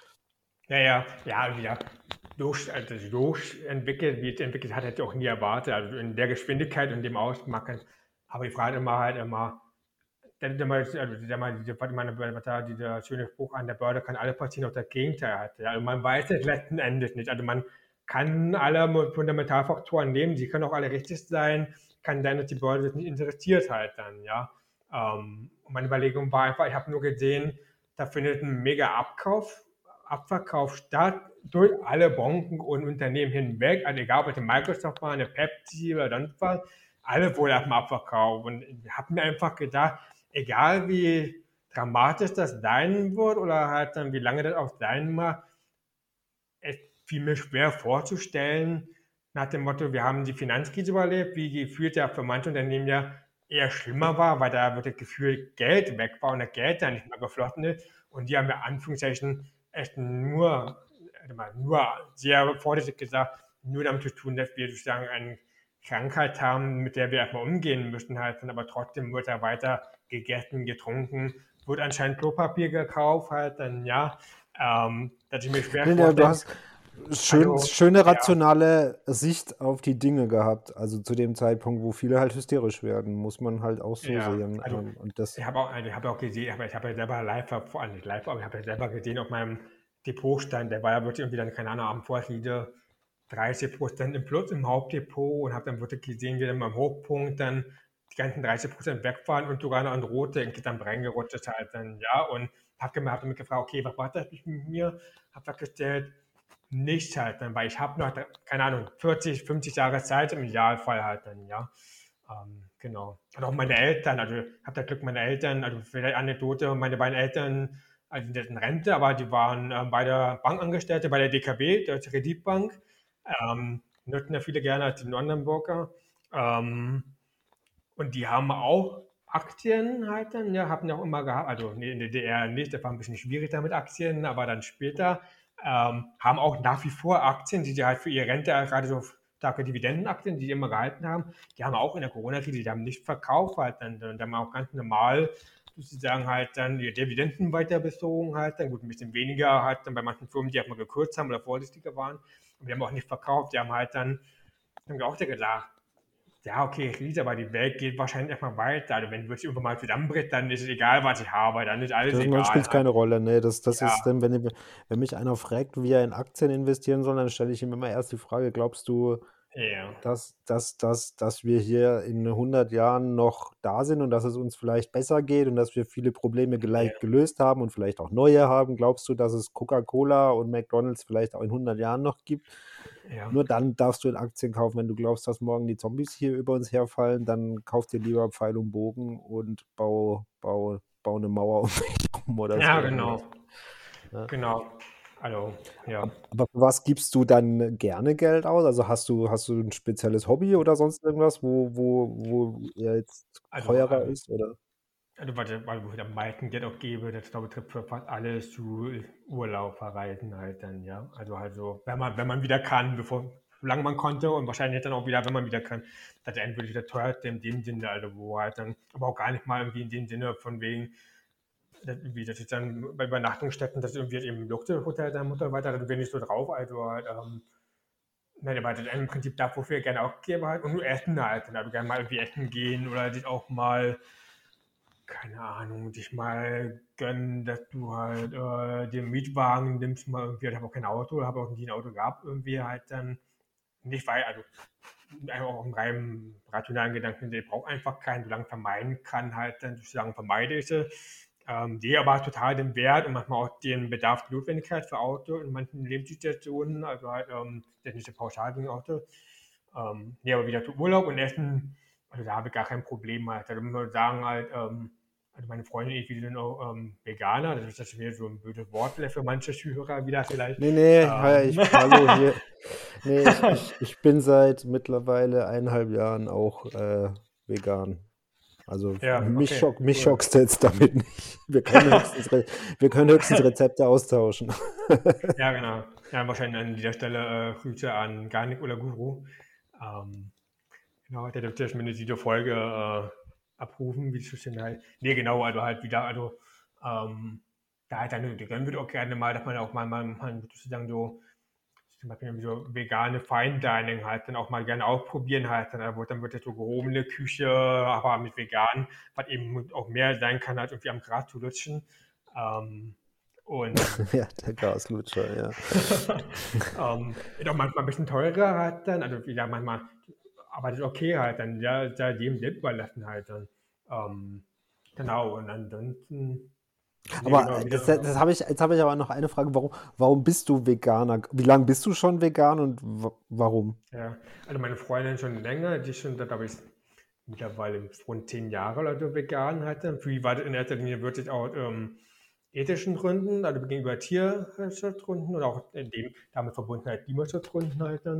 Ja, ja, ja, ja. Also so entwickelt, wie es entwickelt hat, hätte ich auch nie erwartet. Also in der Geschwindigkeit und dem Ausmachen. Aber ich frage immer halt immer, dieser schöne Spruch an der Börse kann alles passieren, auch das Gegenteil hat. Ja, also man weiß es letzten Endes nicht. Also man kann alle Fundamentalfaktoren nehmen, die können auch alle richtig sein, kann sein, dass die Börse das nicht interessiert halt dann, ja. Und meine Überlegung war einfach, ich habe nur gesehen, da findet ein mega Abverkauf statt durch alle Banken und Unternehmen hinweg. Also egal, ob es eine Microsoft war, eine Pepsi oder sonst was, alle wurden auf dem Abverkauf. Und ich habe mir einfach gedacht, egal wie dramatisch das sein wird oder halt dann wie lange das auch sein mag, es fiel mir schwer vorzustellen, nach dem Motto, wir haben die Finanzkrise überlebt, wie gefühlt ja für manche Unternehmen ja eher schlimmer war, weil da wirklich gefühlt Geld weg war und das Geld da nicht mehr geflossen ist. Und die haben ja Anführungszeichen echt nur sehr vorsichtig gesagt, nur damit zu tun, dass wir sozusagen Krankheit haben, mit der wir erstmal umgehen müssen halt, dann aber trotzdem wird da weiter gegessen, getrunken, wird anscheinend Klopapier gekauft halt, dann ja, dass ich mir schwer Nee, nee, du vorstellen, hast also, schöne ja, rationale Sicht auf die Dinge gehabt. Also zu dem Zeitpunkt, wo viele halt hysterisch werden, muss man halt auch so ja, sehen. also Und das, ich habe auch gesehen, ich habe ja selber live, vor allem nicht live, aber ich habe ja selber gesehen auf meinem Depotstand, der war ja wirklich irgendwie dann, keine Ahnung, am Vorliege 30% im Plus im Hauptdepot und habe dann wirklich gesehen, wie dann am Hochpunkt dann die ganzen 30% weg waren und sogar noch ein rote insgesamt reingerutscht ist halt dann, ja, und hab damit gefragt, okay, was macht das mit mir? Hab festgestellt, nichts halt dann, weil ich habe noch, keine Ahnung, 40, 50 Jahre Zeit im Idealfall halt dann, ja. Genau. Und auch meine Eltern, also ich habe das Glück, meine Eltern, also vielleicht Anekdote, meine beiden Eltern, also die sind in Rente, aber die waren beide Bankangestellte bei der DKB, Deutsche Kreditbank. Nutzen ja viele gerne als die Online-Broker. Ähm, und die haben auch Aktien halt dann, ja, haben ja auch immer gehabt, also nee, in der DDR nicht, das war ein bisschen schwierig da mit Aktien, aber dann später haben auch nach wie vor Aktien, die halt für ihre Rente, gerade so starke Dividendenaktien, die die immer gehalten haben, die haben auch in der Corona-Krise, die haben nicht verkauft halt dann, und haben auch ganz normal sozusagen halt dann die Dividenden weiter bezogen halt dann, gut, ein bisschen weniger halt dann bei manchen Firmen, die auch mal gekürzt haben oder vorsichtiger waren, und die haben auch nicht verkauft, die haben halt dann, haben wir auch gedacht, ja, okay, Krise, aber die Welt geht wahrscheinlich erstmal weiter. Also wenn es irgendwann mal zusammenbricht, dann ist es egal, was ich habe, dann ist alles dann spielt egal es halt. keine Rolle. Nee, das Ja, ist dann, wenn mich einer fragt, wie er in Aktien investieren soll, dann stelle ich ihm immer erst die Frage, glaubst du, ja, dass wir hier in 100 Jahren noch da sind und dass es uns vielleicht besser geht und dass wir viele Probleme ja, gelöst haben und vielleicht auch neue haben? Glaubst du, dass es Coca-Cola und McDonald's vielleicht auch in 100 Jahren noch gibt? ja. Nur dann darfst du in Aktien kaufen. Wenn du glaubst, dass morgen die Zombies hier über uns herfallen, dann kauf dir lieber Pfeil und Bogen und bau eine Mauer um dich rum oder Ja, so irgendwas. genau, Ja. genau. Also, ja. Aber für was gibst du dann gerne Geld aus? Also hast du ein spezielles Hobby oder sonst irgendwas, wo er jetzt Also, teurer ist? Oder? wo ich am meisten Geld auch gebe, das glaube ich trifft für fast alles zu Urlaub, verreisen halt dann, ja. Also, wenn man wieder kann, solange man konnte und wahrscheinlich dann auch wieder, wenn man wieder kann, das ist entweder der teuerste in dem Sinne, also wo halt dann, aber auch gar nicht mal irgendwie in dem Sinne von wegen, das ist dann bei Übernachtungsstätten, das ist irgendwie im Luxushotel dann und so weiter, da bin ich so drauf, also halt, nein, aber das ist im Prinzip da, wofür ich gerne auch gehe, halt, und nur essen halt, also gerne mal irgendwie essen gehen oder sich auch mal, keine Ahnung, dich mal gönnen, dass du halt den Mietwagen nimmst, mal irgendwie, ich habe auch kein Auto, habe auch nie ein Auto gehabt, irgendwie halt dann, nicht weil, also einfach auch im reinen rationalen Gedanken, ich brauche einfach keinen, solange vermeiden kann, halt dann sozusagen vermeide ich es. Sehe aber total den Wert und manchmal auch den Bedarf, die Notwendigkeit für Auto in manchen Lebenssituationen, also halt, das ist nicht so pauschal gegen Auto. Nee, aber wieder zu Urlaub und Essen, also da habe ich gar kein Problem halt. Da muss man sagen halt, also meine Freundin und ich, wir sind auch Veganer, das ist wieder so ein blödes Wort vielleicht für manche Zuhörer wieder vielleicht. Nee, nee, ja, Ähm, hallo hier. Nee, ich bin seit mittlerweile 1,5 Jahren auch vegan. Also ja, okay, mich cool. schockst du jetzt damit nicht. Wir können höchstens Rezepte austauschen. Ja, genau. Ja, wahrscheinlich an dieser Stelle Grüße an Garnik oder Guru. Ähm, genau, der dürfte zumindest diese Folge abrufen, wie es so schön heißt. Nee, genau, also halt wieder, also da halt dann, die gönnen würde auch gerne mal, dass man auch mal sozusagen so, zum Beispiel irgendwie so vegane Fine Dining halt dann auch mal gerne ausprobieren halt. Dann wird das so gehobene Küche, aber mit vegan, was eben auch mehr sein kann, als irgendwie am Gras zu lutschen. Ähm, und Ja, der Gaslutscher, ja. ist auch manchmal ein bisschen teurer halt dann, also wieder manchmal, aber das ist okay halt dann, ja, da jedem selbst überlassen halt dann. Ähm, genau, und ansonsten, nee, Aber genau, wieder, jetzt habe ich aber noch eine Frage. Warum bist du Veganer? Wie lange bist du schon vegan und warum? ja, also meine Freundin schon länger, die ist schon, da glaube ich, mittlerweile rund 10 Jahre oder so vegan halt dann. Für die war das in erster Linie wirklich auch ethischen Gründen, also gegenüber Tierschutzgründen oder auch in dem damit verbunden halt Klimaschutzgründen halt dann.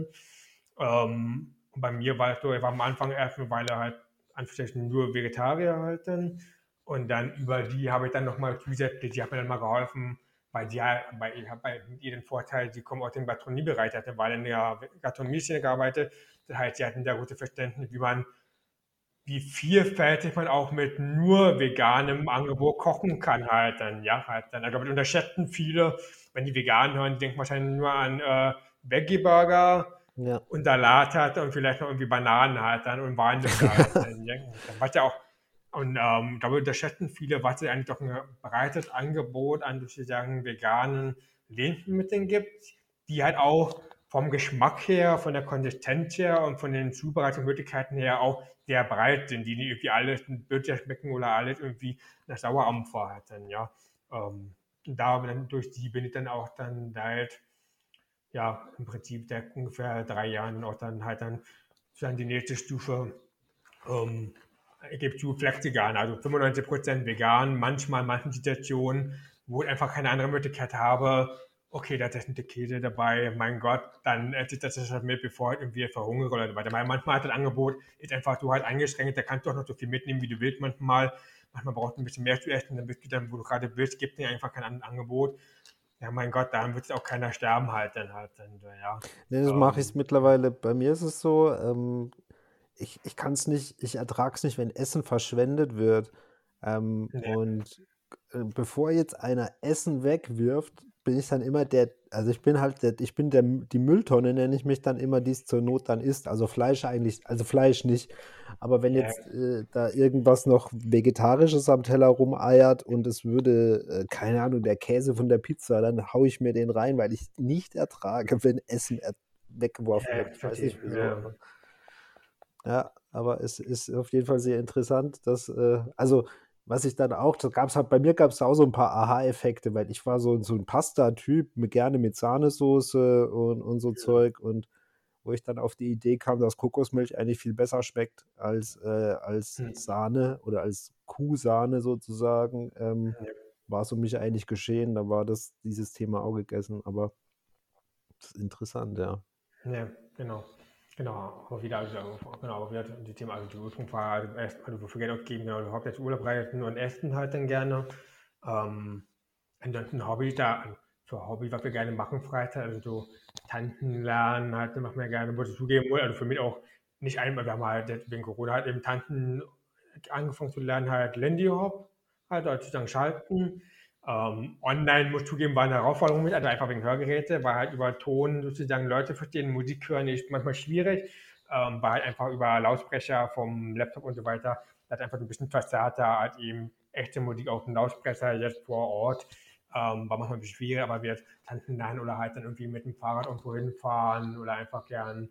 Und bei mir war es so, ich war am Anfang erst eine Weile halt anführungsstrichen nur Vegetarier halt dann. Und dann über die habe ich dann nochmal zusätzlich, die hat mir dann mal geholfen, weil ich habe bei ihr den Vorteil, sie kommen aus dem Gastronomiebereich, hatte, weil in der Gastronomie-Szene gearbeitet. Das heißt, sie hatten sehr gute Verständnis, wie vielfältig man auch mit nur veganem Angebot kochen kann halt dann, ja, halt dann. Ich glaube, das unterschätzen viele, wenn die vegan hören, die denken wahrscheinlich nur an Veggie-Burger Ja. und Salat halt und vielleicht noch irgendwie Bananen halt dann und Walnüsse halt dann, ja. Was ja auch, und ich glaube, unterschätzen viele, was es eigentlich doch ein breites Angebot an sozusagen veganen Lebensmitteln gibt, die halt auch vom Geschmack her, von der Konsistenz her und von den Zubereitungsmöglichkeiten her auch sehr breit sind, die nicht irgendwie alles ein Böttcher schmecken oder alles irgendwie nach Sauerampfer hat dann, ja. Da dann durch die bin ich dann auch dann seit, ja, im Prinzip seit ungefähr 3 Jahren auch dann halt dann die nächste Stufe, ähm, ich gebe zu, Flexi-Vegan, also 95% vegan, manchmal in manchen Situationen, wo ich einfach keine andere Möglichkeit habe, okay, da ist ein Käse dabei, mein Gott, dann esse ich das halt mit, bevor ich irgendwie verhungere oder so weiter. Weil manchmal hat das Angebot, ist einfach so halt eingeschränkt, da kannst du auch noch so viel mitnehmen, wie du willst manchmal. Manchmal brauchst du ein bisschen mehr zu essen, dann bist du dann, wo du gerade bist, gibt dir einfach kein anderes Angebot. Ja, mein Gott, dann wird auch keiner sterben halt dann, ja. Nee, das mache ich Ähm, mittlerweile. Bei mir ist es so, ich kann es nicht, ich ertrage es nicht, wenn Essen verschwendet wird. ja, Und bevor jetzt einer Essen wegwirft, bin ich dann immer also ich bin halt die Mülltonne, nenne ich mich dann immer, die es zur Not dann isst. Also Fleisch eigentlich, also Fleisch nicht. Aber wenn ja, jetzt da irgendwas noch Vegetarisches am Teller rumeiert und es würde, keine Ahnung, der Käse von der Pizza, dann haue ich mir den rein, weil ich nicht ertrage, wenn Essen weggeworfen wird. Ich weiß verstehe. nicht wieso, Ja, aber ja, aber es ist auf jeden Fall sehr interessant, dass, also was ich dann auch, bei mir gab es auch so ein paar Aha-Effekte, weil ich war so ein Pasta-Typ, gerne mit Sahnesoße und so Zeug und wo ich dann auf die Idee kam, dass Kokosmilch eigentlich viel besser schmeckt als hm, Sahne oder als Kuhsahne sozusagen, ja. war es um mich eigentlich geschehen, da war dieses Thema auch gegessen, aber das ist interessant, ja. Ja, genau. Genau, aber wieder, also, genau, aber wieder die Thema, also die Ursprungsfrage, also wofür Geld ausgeben, genau, du hauptsächlich Urlaub reisen und essen halt dann gerne. Ähm, ansonsten Hobby da, also für Hobby, was wir gerne machen, Freizeit, also so Tanzen lernen, halt, machen wir gerne, würde ich zugeben, also für mich auch nicht einmal, wir haben halt jetzt wegen Corona halt eben Tanzen angefangen zu lernen, halt Lindy Hop, halt, also sozusagen schalten. Online muss ich zugeben, war eine Herausforderung mit, also einfach wegen Hörgeräte, weil halt über Ton sozusagen Leute verstehen, Musik hören ist manchmal schwierig, weil halt einfach über Lautsprecher vom Laptop und so weiter, das einfach ein bisschen verzerrter, halt eben echte Musik auf dem Lautsprecher jetzt vor Ort, war manchmal ein bisschen schwierig, aber wir tanzen dann oder halt dann irgendwie mit dem Fahrrad irgendwo hinfahren oder einfach gern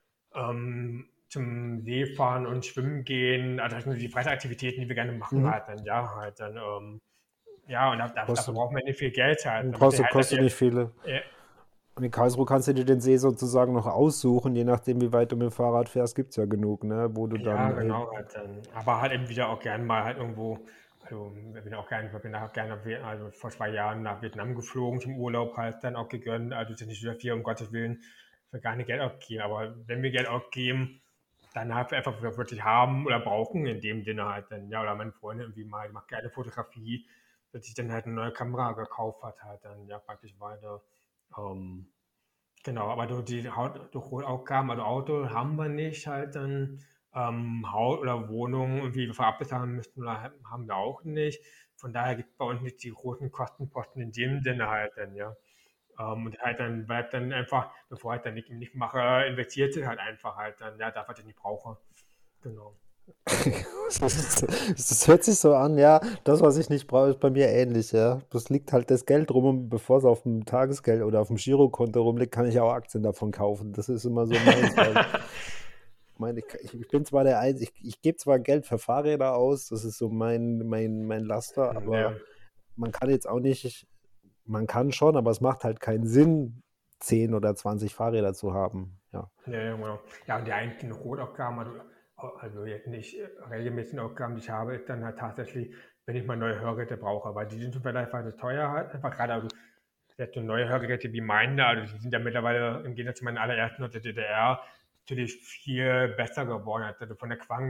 zum See fahren und schwimmen gehen, also das sind die Freizeitaktivitäten, die wir gerne machen Mhm. halt dann, ja, halt dann, ja, und dafür Kostet, braucht man nicht viel Geld halt, damit kostet, halt dann kostet nicht viele. äh, Und in Karlsruhe kannst du dir den See sozusagen noch aussuchen, je nachdem, wie weit du mit dem Fahrrad fährst, gibt es ja genug, ne? Wo du ja, dann genau, halt dann. Aber halt eben wieder auch gern mal halt irgendwo, also ich bin auch gerne, ich bin auch gerne, also vor 2 Jahren nach Vietnam geflogen zum Urlaub, halt dann auch gegönnt. Also es ist nicht so viel, um Gottes Willen, für gar nicht Geld ausgeben. Aber wenn wir Geld ausgeben, dann halt einfach was wir wirklich haben oder brauchen, in dem Sinne halt dann, ja, oder meine Freundin irgendwie mal, die macht gerne Fotografie, dass sich dann halt eine neue Kamera gekauft hat, halt dann, ja, praktisch weiter. Ähm, Genau, aber durch Aufgaben, also Auto haben wir nicht halt dann, Haus oder Wohnung irgendwie verabschiedet haben müssen oder haben wir auch nicht. Von daher gibt es bei uns nicht die großen Kostenposten in dem Sinne halt dann, ja. Und halt dann bleibt dann einfach, bevor ich dann nicht mache, investiert es halt einfach halt dann, ja, das, was ich nicht brauche. Genau. das hört sich so an, ja. Das, was ich nicht brauche, ist bei mir ähnlich, ja. Das liegt halt das Geld rum und bevor es auf dem Tagesgeld oder auf dem Girokonto rumliegt, kann ich auch Aktien davon kaufen. Das ist immer so meins, weil ich bin zwar der Einzige, ich gebe zwar Geld für Fahrräder aus, das ist so mein Laster, Ja, aber man kann jetzt auch nicht, man kann schon, aber es macht halt keinen Sinn, 10 oder 20 Fahrräder zu haben. Ja. ja, ja, genau. Ja, und die einzigen Rotaufgaben, also jetzt nicht regelmäßigen Aufgaben, die ich habe, ist dann halt tatsächlich, wenn ich mal neue Hörgeräte brauche, weil die sind schon vielleicht weiter teuer halt, einfach gerade, also jetzt so neue Hörgeräte wie meine, also die sind ja mittlerweile im Gegensatz zu meinen allerersten aus der DDR natürlich viel besser geworden. Also von der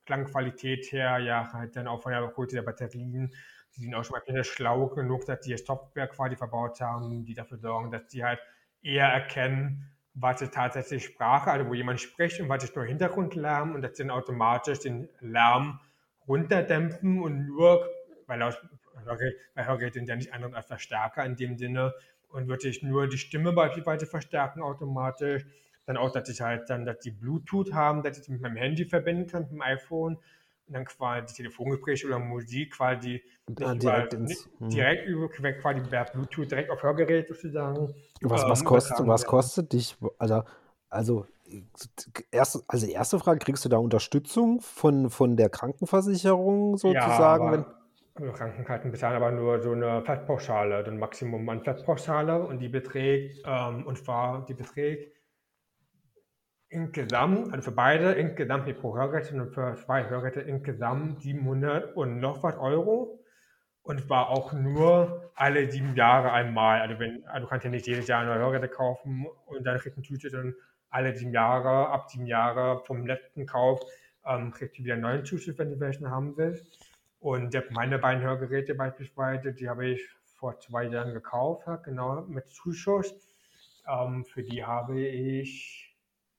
Klangqualität her, ja, halt dann auch von der Größe der Batterien. Die sind auch schon mal schlau genug, dass die Software quasi verbaut haben, die dafür sorgen, dass die halt eher erkennen, was ist tatsächlich Sprache, also wo jemand spricht und was ist nur Hintergrundlärm und dass sie dann automatisch den Lärm runterdämpfen und nur, weil Hörgeräte sind ja nicht anders als Verstärker in dem Sinne und wirklich nur die Stimme beispielsweise verstärken automatisch. Dann auch, dass ich halt dann, dass die Bluetooth haben, dass ich die mit meinem Handy verbinden kann, mit dem iPhone und dann quasi Telefongespräche oder Musik quasi nicht über, Direkt ins. direkt über quasi per Bluetooth direkt auf Hörgerät sozusagen Was übertragen werden. kostet dich? Also erste Frage, kriegst du da Unterstützung von der Krankenversicherung Ja, sozusagen, wenn. aber Krankenkassen bezahlen aber nur so eine Festpauschale, so ein Maximum an Festpauschale und die beträgt insgesamt, also für beide insgesamt nicht pro Hörgerät, sondern für 2 Hörgeräte insgesamt 700 und noch was Euro. Und es war auch nur alle 7 Jahre einmal. Also du kannst ja nicht jedes Jahr neue Hörgeräte kaufen und dann kriegst du eine Tüte, dann alle 7 Jahre, ab 7 Jahre vom letzten Kauf, kriegst du wieder einen neuen Zuschuss, wenn du welchen haben willst. Und meine beiden Hörgeräte beispielsweise, die habe ich vor 2 Jahren gekauft, genau, mit Zuschuss. Für die habe ich,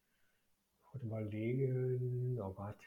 überlegen, oh Gott,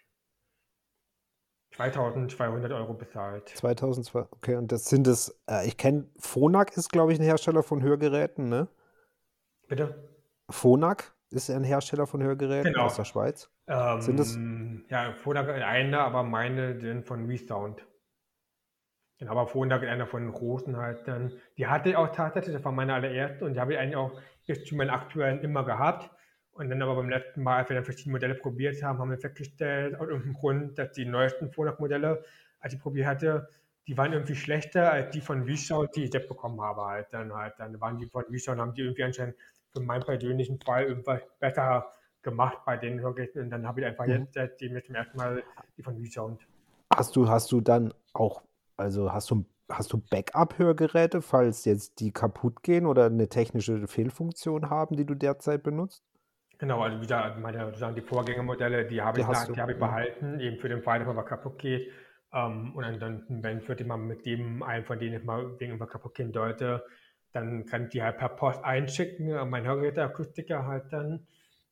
2.200 € bezahlt. 2002, okay, und ich kenne, Phonak ist, glaube ich, ein Hersteller von Hörgeräten, ne? Bitte? Phonak ist ein Hersteller von Hörgeräten aus der Genau. Schweiz. Sind es? Ja, Phonak eine, aber meine sind von ReSound. Genau, aber Phonak einer von den großen halt dann. Die hatte ich auch tatsächlich, das war meine allererste und die habe ich eigentlich auch bis zu meinen aktuellen immer gehabt. Und dann aber beim letzten Mal, als wir dann verschiedene Modelle probiert haben, haben wir festgestellt, aus irgendeinem Grund, dass die neuesten Phonak-Modelle, als ich probiert hatte, die waren irgendwie schlechter als die von ReSound, die ich jetzt bekommen habe halt. Dann waren die von ReSound, haben die irgendwie anscheinend für meinen persönlichen Fall irgendwas besser gemacht bei den Hörgeräten und dann habe ich einfach jetzt seitdem jetzt zum ersten Mal die von ReSound. Hast du dann auch, also hast du Backup-Hörgeräte, falls jetzt die kaputt gehen oder eine technische Fehlfunktion haben, die du derzeit benutzt? Genau, also wieder sozusagen die Vorgängermodelle, die habe Die ich, hast du. die habe ich behalten, eben für den Fall, dass mal was kaputt geht. Und ansonsten, wenn würde man mit dem einen von denen mal wegen irgendwas kaputt gehen sollte, dann kann ich die halt per Post einschicken, mein Hörgeräteakustiker halt dann.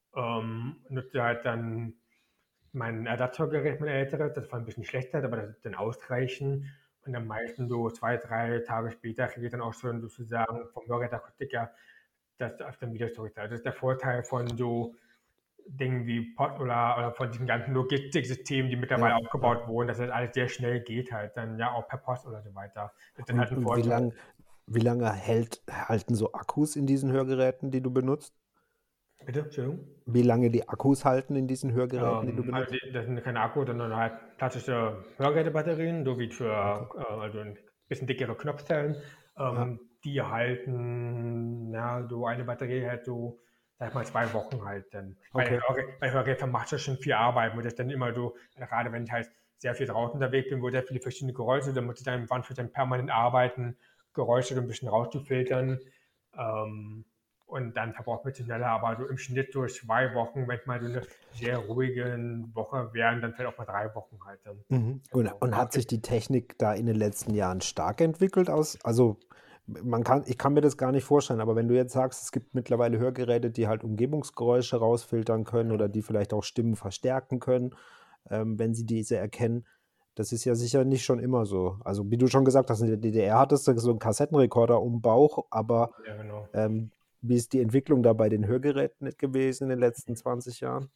Nutze halt dann mein Ersatzhörgerät, mein älteres, das war ein bisschen schlechter, aber das ist dann ausreichend. Und dann meistens so 2, 3 Tage später kriege ich dann auch schon sozusagen vom Hörgeräteakustiker das auf dann wieder zurück. Das ist der Vorteil von so Dingen wie Pod oder von diesen ganzen Logistiksystemen, die mittlerweile Ja, ja. aufgebaut wurden, dass das alles sehr schnell geht halt, dann ja auch per Post oder so weiter. Das ist dann halt ein Und Vorteil. wie lange halten so Akkus in diesen Hörgeräten, die du benutzt? Bitte, Entschuldigung. Wie lange die Akkus halten in diesen Hörgeräten, die du Also benutzt? das sind keine Akkus, sondern halt klassische Hörgerätebatterien, so wie Okay. also ein bisschen dickere Knopfzellen. Ja, Die halten, ja, so eine Batterie hält so, sag ich mal, 2 Wochen halt dann. okay. Bei Hörgeräten macht das schon viel Arbeit, wo das dann immer so, gerade wenn ich halt sehr viel draußen unterwegs bin, wo sehr viele verschiedene Geräusche, dann muss ich dann wann für dann permanent arbeiten, Geräusche so ein bisschen rauszufiltern. Ähm, und dann verbraucht man es schneller, aber so im Schnitt durch 2 Wochen, wenn es mal so eine sehr ruhige Woche wären, dann vielleicht auch mal 3 Wochen halt dann. Mhm. Genau. Und Aber hat sich die Technik da in den letzten Jahren stark entwickelt also ich kann mir das gar nicht vorstellen, aber wenn du jetzt sagst, es gibt mittlerweile Hörgeräte, die halt Umgebungsgeräusche rausfiltern können oder die vielleicht auch Stimmen verstärken können, wenn sie diese erkennen, das ist ja sicher nicht schon immer so. Also wie du schon gesagt hast, in der DDR hattest du so einen Kassettenrekorder um den Bauch, aber ja, genau. ähm, wie ist die Entwicklung da bei den Hörgeräten gewesen in den letzten 20 Jahren?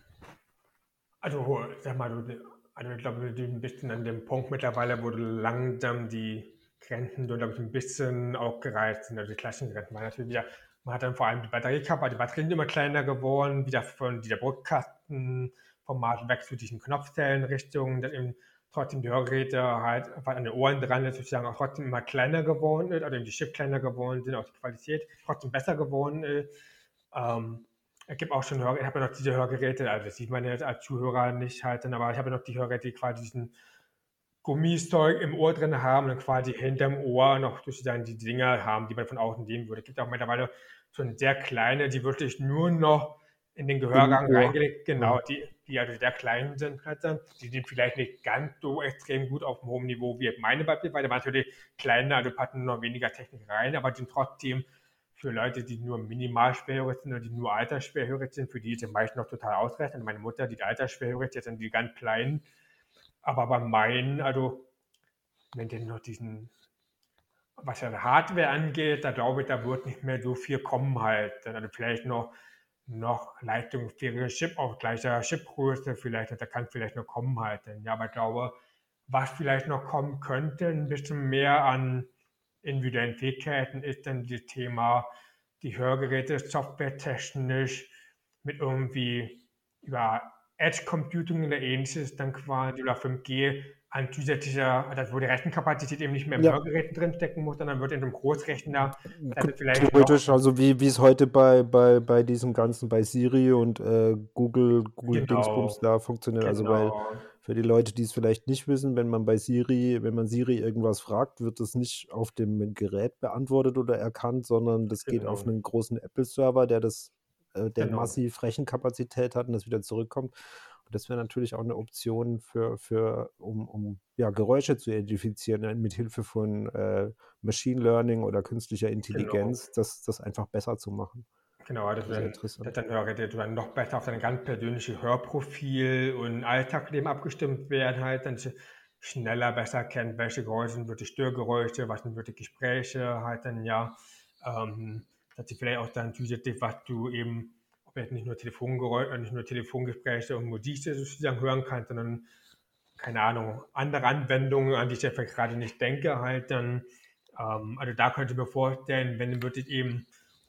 Also, sag mal, also ich glaube, wir sind ein bisschen an dem Punkt mittlerweile, wo langsam die Grenzen so, glaube ich, ein bisschen auch gereizt sind. Also die klassischen Grenzen waren natürlich wieder, man hat dann vor allem die Batterie gehabt, aber die Batterien sind immer kleiner geworden, wieder von dieser Brotkastenformat weg zu diesen Knopfzellenrichtungen, dass eben trotzdem die Hörgeräte halt einfach an den Ohren dran ist, sozusagen auch trotzdem immer kleiner geworden ist, also eben die Chip kleiner geworden sind, auch die Qualität trotzdem besser geworden ist. Ähm, Es gibt auch schon ich habe ja noch diese Hörgeräte, also das sieht man ja jetzt als Zuhörer nicht halt dann, aber ich habe ja noch die Hörgeräte, die quasi diesen Gummizeug im Ohr drin haben und quasi hinterm Ohr noch sozusagen die Dinger haben, die man von außen sehen würde. Es gibt auch mittlerweile schon sehr kleine, die wirklich nur noch in den Im Gehörgang Ohr. reingelegt, Ja. genau, die also sehr klein sind, halt dann. Die sind vielleicht nicht ganz so extrem gut auf einem hohen Niveau wie meine beispielsweise, waren natürlich kleiner, also hatten noch weniger Technik rein, aber sind trotzdem für Leute, die nur minimal schwerhörig sind oder die nur altersschwerhörig sind, für die ist es meist noch total ausreichend. Meine Mutter, die altersschwerhörig, die sind die ganz kleinen. Aber bei meinen, also, wenn die noch diesen, was ja Hardware angeht, da glaube ich, da wird nicht mehr so viel kommen halt. Also vielleicht noch leistungsfähige Chip auf gleicher Chipgröße, vielleicht, da kann vielleicht noch kommen halt. Ja, aber ich glaube, was vielleicht noch kommen könnte, ein bisschen mehr an individuellen Fähigkeiten, ist dann das Thema, die Hörgeräte softwaretechnisch mit irgendwie über Edge Computing oder ähnliches dann quasi oder 5G an zusätzlicher, also wo die Rechenkapazität eben nicht mehr im Ja, Hörgerät drinstecken muss, sondern wird in einem Großrechner dann vielleicht noch, theoretisch, also wie es heute bei diesem ganzen, bei Siri und Google Dingsbums genau, da funktioniert. Also weil genau, für die Leute, die es vielleicht nicht wissen, wenn man Siri irgendwas fragt, wird das nicht auf dem Gerät beantwortet oder erkannt, sondern das geht auf genau, einen großen Apple-Server, der genau, massiv Rechenkapazität hat und das wieder zurückkommt. Und das wäre natürlich auch eine Option um ja, Geräusche zu identifizieren, ne, mit Hilfe von Machine Learning oder künstlicher genau. Intelligenz, das einfach besser zu machen. Genau, dass Sehr dass interessant. dann Hörgeräte dann noch besser auf dein ganz persönliches Hörprofil und Alltagsleben abgestimmt werden, halt dann schneller besser kennt, welche Geräusche sind wirklich Störgeräusche, was sind wirklich Gespräche, halt dann ja, dass sie vielleicht auch dann zusätzlich, was du eben, ob jetzt nicht nur Telefongeräusche, nicht nur Telefongespräche und Musik sozusagen hören kannst, sondern keine Ahnung, andere Anwendungen, an die ich jetzt vielleicht gerade nicht denke, halt dann, also da könnte ich mir vorstellen, wenn wirklich eben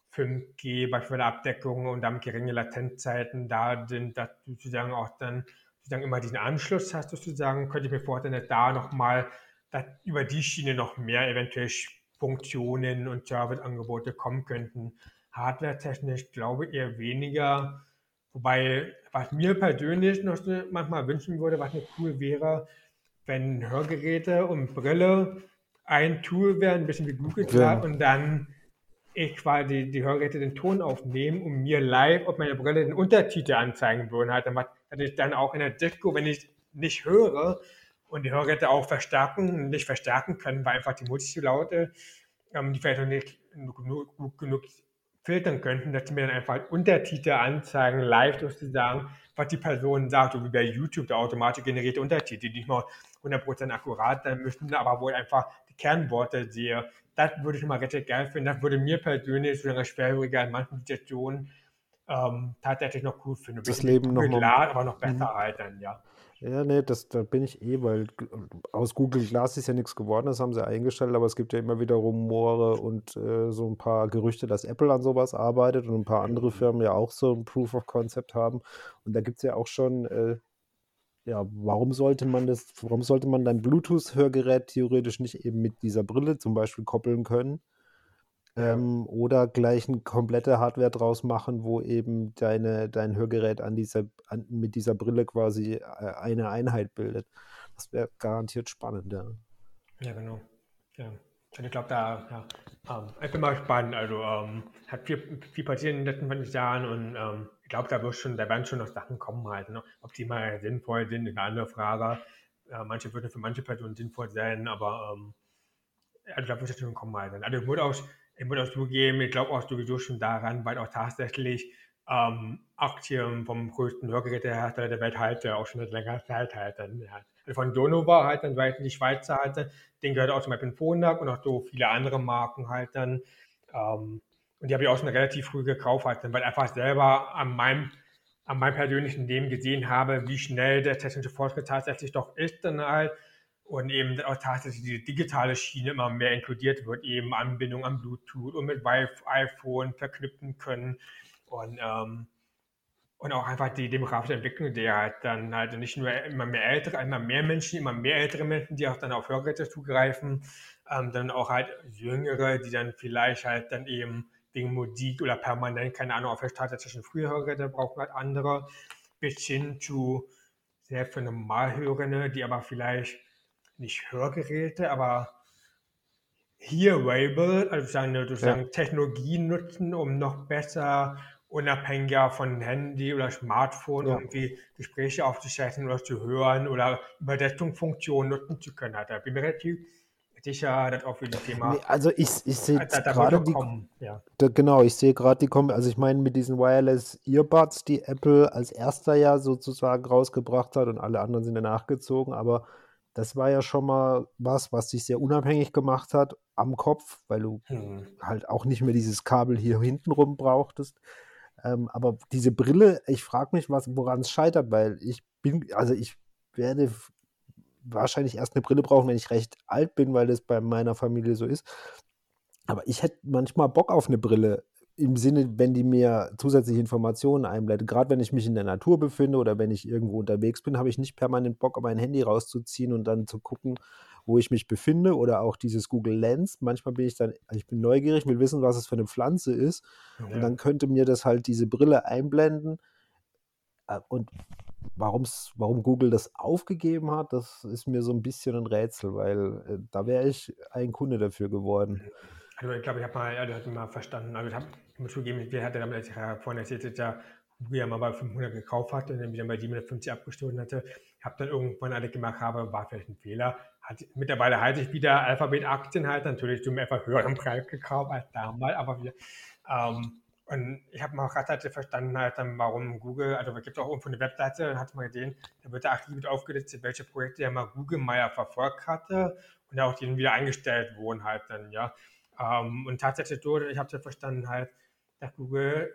5G beispielsweise Abdeckung und damit geringe Latenzzeiten da sind, dass du sozusagen auch dann sozusagen immer diesen Anschluss hast, sozusagen, könnte ich mir vorstellen, dass da nochmal, dass über die Schiene noch mehr eventuell Funktionen und Serviceangebote kommen könnten. Hardware-technisch glaube ich eher weniger. Wobei, was mir persönlich noch so manchmal wünschen würde, was nicht cool wäre, wenn Hörgeräte und Brille ein Tool wären, ein bisschen wie Google Glass, Wenn, und dann ich quasi die Hörgeräte den Ton aufnehmen und mir live auf meiner Brille den Untertitel anzeigen würden. Halt, dass ich dann auch in der Disco, wenn ich nicht höre und die Hörgeräte auch nicht verstärken können, weil einfach die Musik zu laut ist, die vielleicht noch nicht gut genug filtern könnten, dass sie mir dann einfach Untertitel anzeigen, live sozusagen, was die Person sagt, so wie bei YouTube, der automatisch generierte Untertitel, die nicht mal 100% akkurat sein müssen, aber wo ich einfach die Kernworte sehe. Das würde ich mal richtig geil finden. Das würde mir persönlich, solange schwerhöriger in manchen Situationen, tatsächlich noch cool finden. Ein das bisschen wie Leben Google nochmal. Glass, aber noch Mhm. besser halt dann, ja. Ja, ne, da bin ich weil aus Google Glass ist ja nichts geworden, das haben sie eingestellt, aber es gibt ja immer wieder Rumore und so ein paar Gerüchte, dass Apple an sowas arbeitet und ein paar andere Mhm. Firmen ja auch so ein Proof of Concept haben. Und da gibt es ja auch schon, ja, warum sollte man dein Bluetooth-Hörgerät theoretisch nicht eben mit dieser Brille zum Beispiel koppeln können? Ja, Oder gleich eine komplette Hardware draus machen, wo eben dein Hörgerät mit dieser Brille quasi eine Einheit bildet. Das wäre garantiert spannend, ja. ja, genau. Ja. Und ich glaube, ich bin mal gespannt. Also, hat viel passiert in den letzten 20 Jahren und ich glaube, da werden schon noch Sachen kommen halt. Ne? Ob die mal sinnvoll sind, ist eine andere Frage. Manche würden für manche Personen sinnvoll sein, aber also da wird es schon kommen halt. Also ich muss auch zugeben, ich glaube auch sowieso schon daran, weil auch tatsächlich Aktien vom größten Hörgerätehersteller der Welt halt auch schon seit längerer Zeit halt dann, ja. Also von Sonova halt dann, weil die Schweizer halt, den gehört auch zum Beispiel Phonak und auch so viele andere Marken halt dann. Und die habe ich auch schon relativ früh gekauft halt dann, weil ich einfach selber an meinem persönlichen Leben gesehen habe, wie schnell der technische Fortschritt tatsächlich doch ist dann halt und eben auch tatsächlich die digitale Schiene immer mehr inkludiert wird, eben Anbindung an Bluetooth und mit iPhone verknüpfen können und auch einfach die demografische Entwicklung, die halt dann halt nicht nur immer mehr ältere Menschen, die auch dann auf Hörgeräte zugreifen, dann auch halt Jüngere, die dann vielleicht halt dann eben wegen Musik oder permanent, keine Ahnung, auf der Straße zwischen frühe Hörgeräte brauchen halt andere, bis hin zu sehr für Normalhörende, die aber vielleicht nicht Hörgeräte, aber Hearable, also Ja, sozusagen Technologien nutzen, um noch besser unabhängiger von Handy oder Smartphone Ja. irgendwie Gespräche aufzuzeichnen oder zu hören oder Übersetzungsfunktionen nutzen zu können. Da bin ich mir relativ sicher, dass auch für das Nee, Thema, also ich sehe da wird gerade schon die, kommen, ja. genau, ich sehe gerade die kommen, also ich meine mit diesen Wireless Earbuds, die Apple als erster ja sozusagen rausgebracht hat und alle anderen sind danach gezogen, aber das war ja schon mal was dich sehr unabhängig gemacht hat am Kopf, weil du Hm. halt auch nicht mehr dieses Kabel hier hinten rum brauchtest. Aber diese Brille, ich frage mich, woran es scheitert, weil also ich werde wahrscheinlich erst eine Brille brauchen, wenn ich recht alt bin, weil das bei meiner Familie so ist. Aber ich hätte manchmal Bock auf eine Brille im Sinne, wenn die mir zusätzliche Informationen einblendet. Gerade wenn ich mich in der Natur befinde oder wenn ich irgendwo unterwegs bin, habe ich nicht permanent Bock, mein Handy rauszuziehen und dann zu gucken, wo ich mich befinde, oder auch dieses Google Lens. Manchmal bin ich dann, also ich bin neugierig, will wissen, was es für eine Pflanze ist, und Ja. dann könnte mir das halt diese Brille einblenden. Und warum Google das aufgegeben hat, das ist mir so ein bisschen ein Rätsel, weil da wäre ich ein Kunde dafür geworden. Also ich glaube, ich hatte mal verstanden, also ich muss zugeben, wir hatten damals, als ich ja vorhin erzählt hatte, ja, Google ja mal bei 500 gekauft hatte und dann wieder bei 750 abgestoßen hatte. Ich habe dann irgendwann alle gemacht habe, war vielleicht ein Fehler. Mittlerweile halte ich wieder Alphabet-Aktien halt, natürlich zum einfach höheren Preis gekauft als damals, aber wir, und ich habe mal gerade verstanden halt dann, warum Google, also es gibt auch irgendwo eine Webseite, dann hatte man gesehen, da wird da aktiv mit aufgelistet, welche Projekte ja mal Google mal ja verfolgt hatte und auch die dann wieder eingestellt wurden halt dann, ja. Und tatsächlich so, ich habe es ja verstanden halt, dass Google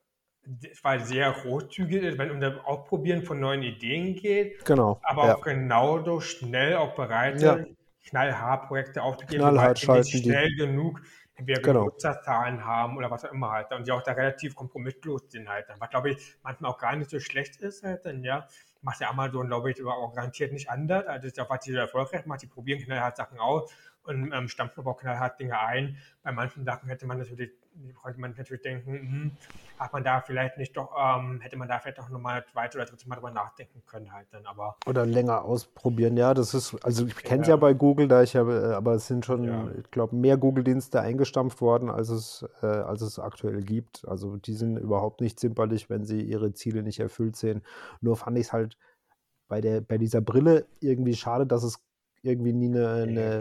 weil sehr großzügig ist, wenn es um das Ausprobieren von neuen Ideen geht, Genau, aber ja. auch genauso schnell auch bereit Ja, ist, knallhart Projekte aufzugeben, sobald knallhart sie nicht schalten die. schnell genug entweder genug Genau. Nutzerzahlen haben oder was auch immer halt. Und die auch da relativ kompromisslos sind halt. Dann, was glaube ich manchmal auch gar nicht so schlecht ist halt dann, ja. Macht ja Amazon, glaube ich, aber auch garantiert nicht anders. Also das ist auch, was die so erfolgreich macht. Die probieren knallhart Sachen aus und stampfen aber auch knallhart Dinge ein. Bei manchen Sachen konnte man natürlich denken, hat man da vielleicht nicht doch, hätte man da vielleicht auch nochmal zweite oder dritte Mal drüber nachdenken können halt dann, aber Oder länger ausprobieren. Ja, das ist, also ich kenne es ja ja, bei Google, da ich ja, aber es sind ja, schon, ich glaube, mehr Google-Dienste eingestampft worden, als es aktuell gibt. Also die sind überhaupt nicht zimperlich, wenn sie ihre Ziele nicht erfüllt sehen. Nur fand ich es halt bei dieser Brille irgendwie schade, dass es irgendwie nie nee.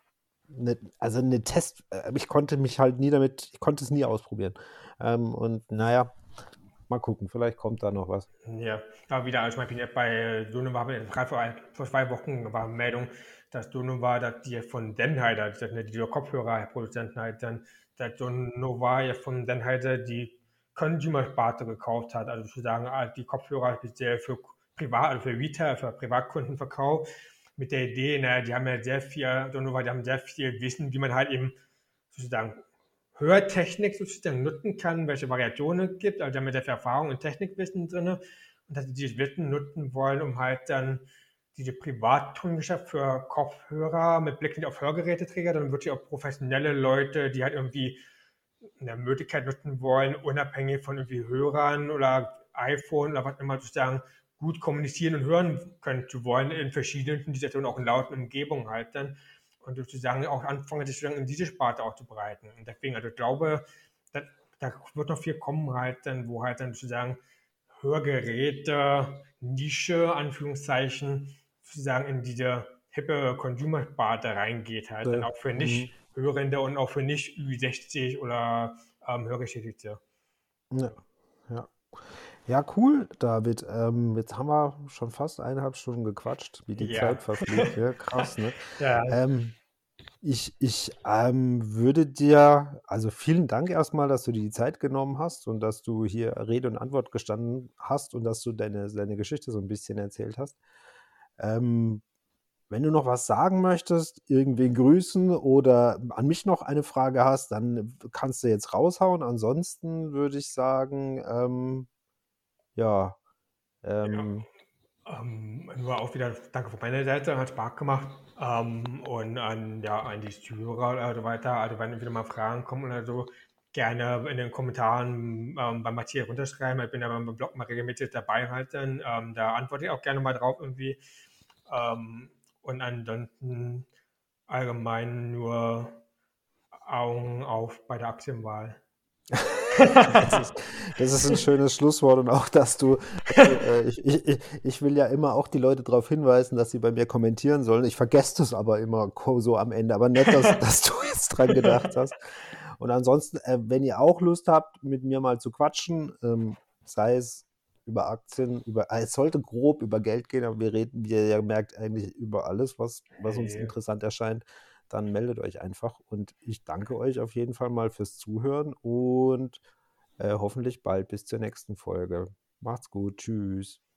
also eine ich konnte mich halt nie damit, ich konnte es nie ausprobieren. Und naja, mal gucken, vielleicht kommt da noch was. Ja, aber wieder, also ich meine, bei Sonova, vor 2 Wochen war eine Meldung, dass Sonova, dass die von Sennheiser, das sind ja die Kopfhörerproduzenten halt dann, dass Sonova ja von Sennheiser die Consumer-Sparte gekauft hat, also sozusagen die Kopfhörer speziell für Privat, also für Retail, für Privatkunden verkauft, mit der Idee, naja, die haben ja sehr viel, Sonova, die haben sehr viel Wissen, wie man halt eben sozusagen Hörtechnik sozusagen nutzen kann, welche Variationen es gibt. Also die haben ja sehr viel Erfahrung und Technikwissen drin und dass sie dieses Wissen nutzen wollen, um halt dann diese Privatkundschaft für Kopfhörer mit Blick auf Hörgeräteträger, dann wirklich auch professionelle Leute, die halt irgendwie eine Möglichkeit nutzen wollen, unabhängig von irgendwie Hörern oder iPhone oder was immer sozusagen gut kommunizieren und hören können zu wollen in verschiedenen Situationen, auch in lauten Umgebungen halt dann und sozusagen auch anfangen, sich sozusagen in diese Sparte aufzubereiten. Und deswegen, also ich glaube, da, da wird noch viel kommen halt dann, wo halt dann sozusagen Hörgeräte, Nische, Anführungszeichen, sozusagen in diese hippe Consumer-Sparte reingeht halt, dann auch für Mhm. Nicht-Hörende und auch für Nicht-Ü60 oder Hörgeschädigte. Ja, ja. Ja, cool, David. Jetzt haben wir schon fast 1,5 Stunden gequatscht, wie die Ja. Zeit verfliegt. Ja, krass, ne? Ja, Ähm, ich würde dir, also vielen Dank erstmal, dass du dir die Zeit genommen hast und dass du hier Rede und Antwort gestanden hast und dass du deine Geschichte so ein bisschen erzählt hast. Ähm, Wenn du noch was sagen möchtest, irgendwen grüßen oder an mich noch eine Frage hast, dann kannst du jetzt raushauen. Ansonsten würde ich sagen, ja, ja. ähm, Nur auch wieder danke von meiner Seite, hat Spaß gemacht. Und an die Zuhörer oder so weiter. Also wenn wieder mal Fragen kommen oder so, gerne in den Kommentaren bei Matthias runterschreiben. Ich bin ja beim Blog mal regelmäßig dabei halt dann. Da antworte ich auch gerne mal drauf irgendwie. Und ansonsten allgemein nur Augen auf bei der Aktienwahl. Das ist, das ist ein schönes Schlusswort und auch, ich will ja immer auch die Leute darauf hinweisen, dass sie bei mir kommentieren sollen. Ich vergesse das aber immer so am Ende. Aber nett, dass du jetzt dran gedacht hast. Und ansonsten, wenn ihr auch Lust habt, mit mir mal zu quatschen, sei es über Aktien, es sollte grob über Geld gehen, aber wir reden, wie ihr ja merkt, eigentlich über alles, was uns Hey, interessant erscheint, dann meldet euch einfach. Und ich danke euch auf jeden Fall mal fürs Zuhören und hoffentlich bald bis zur nächsten Folge. Macht's gut. Tschüss.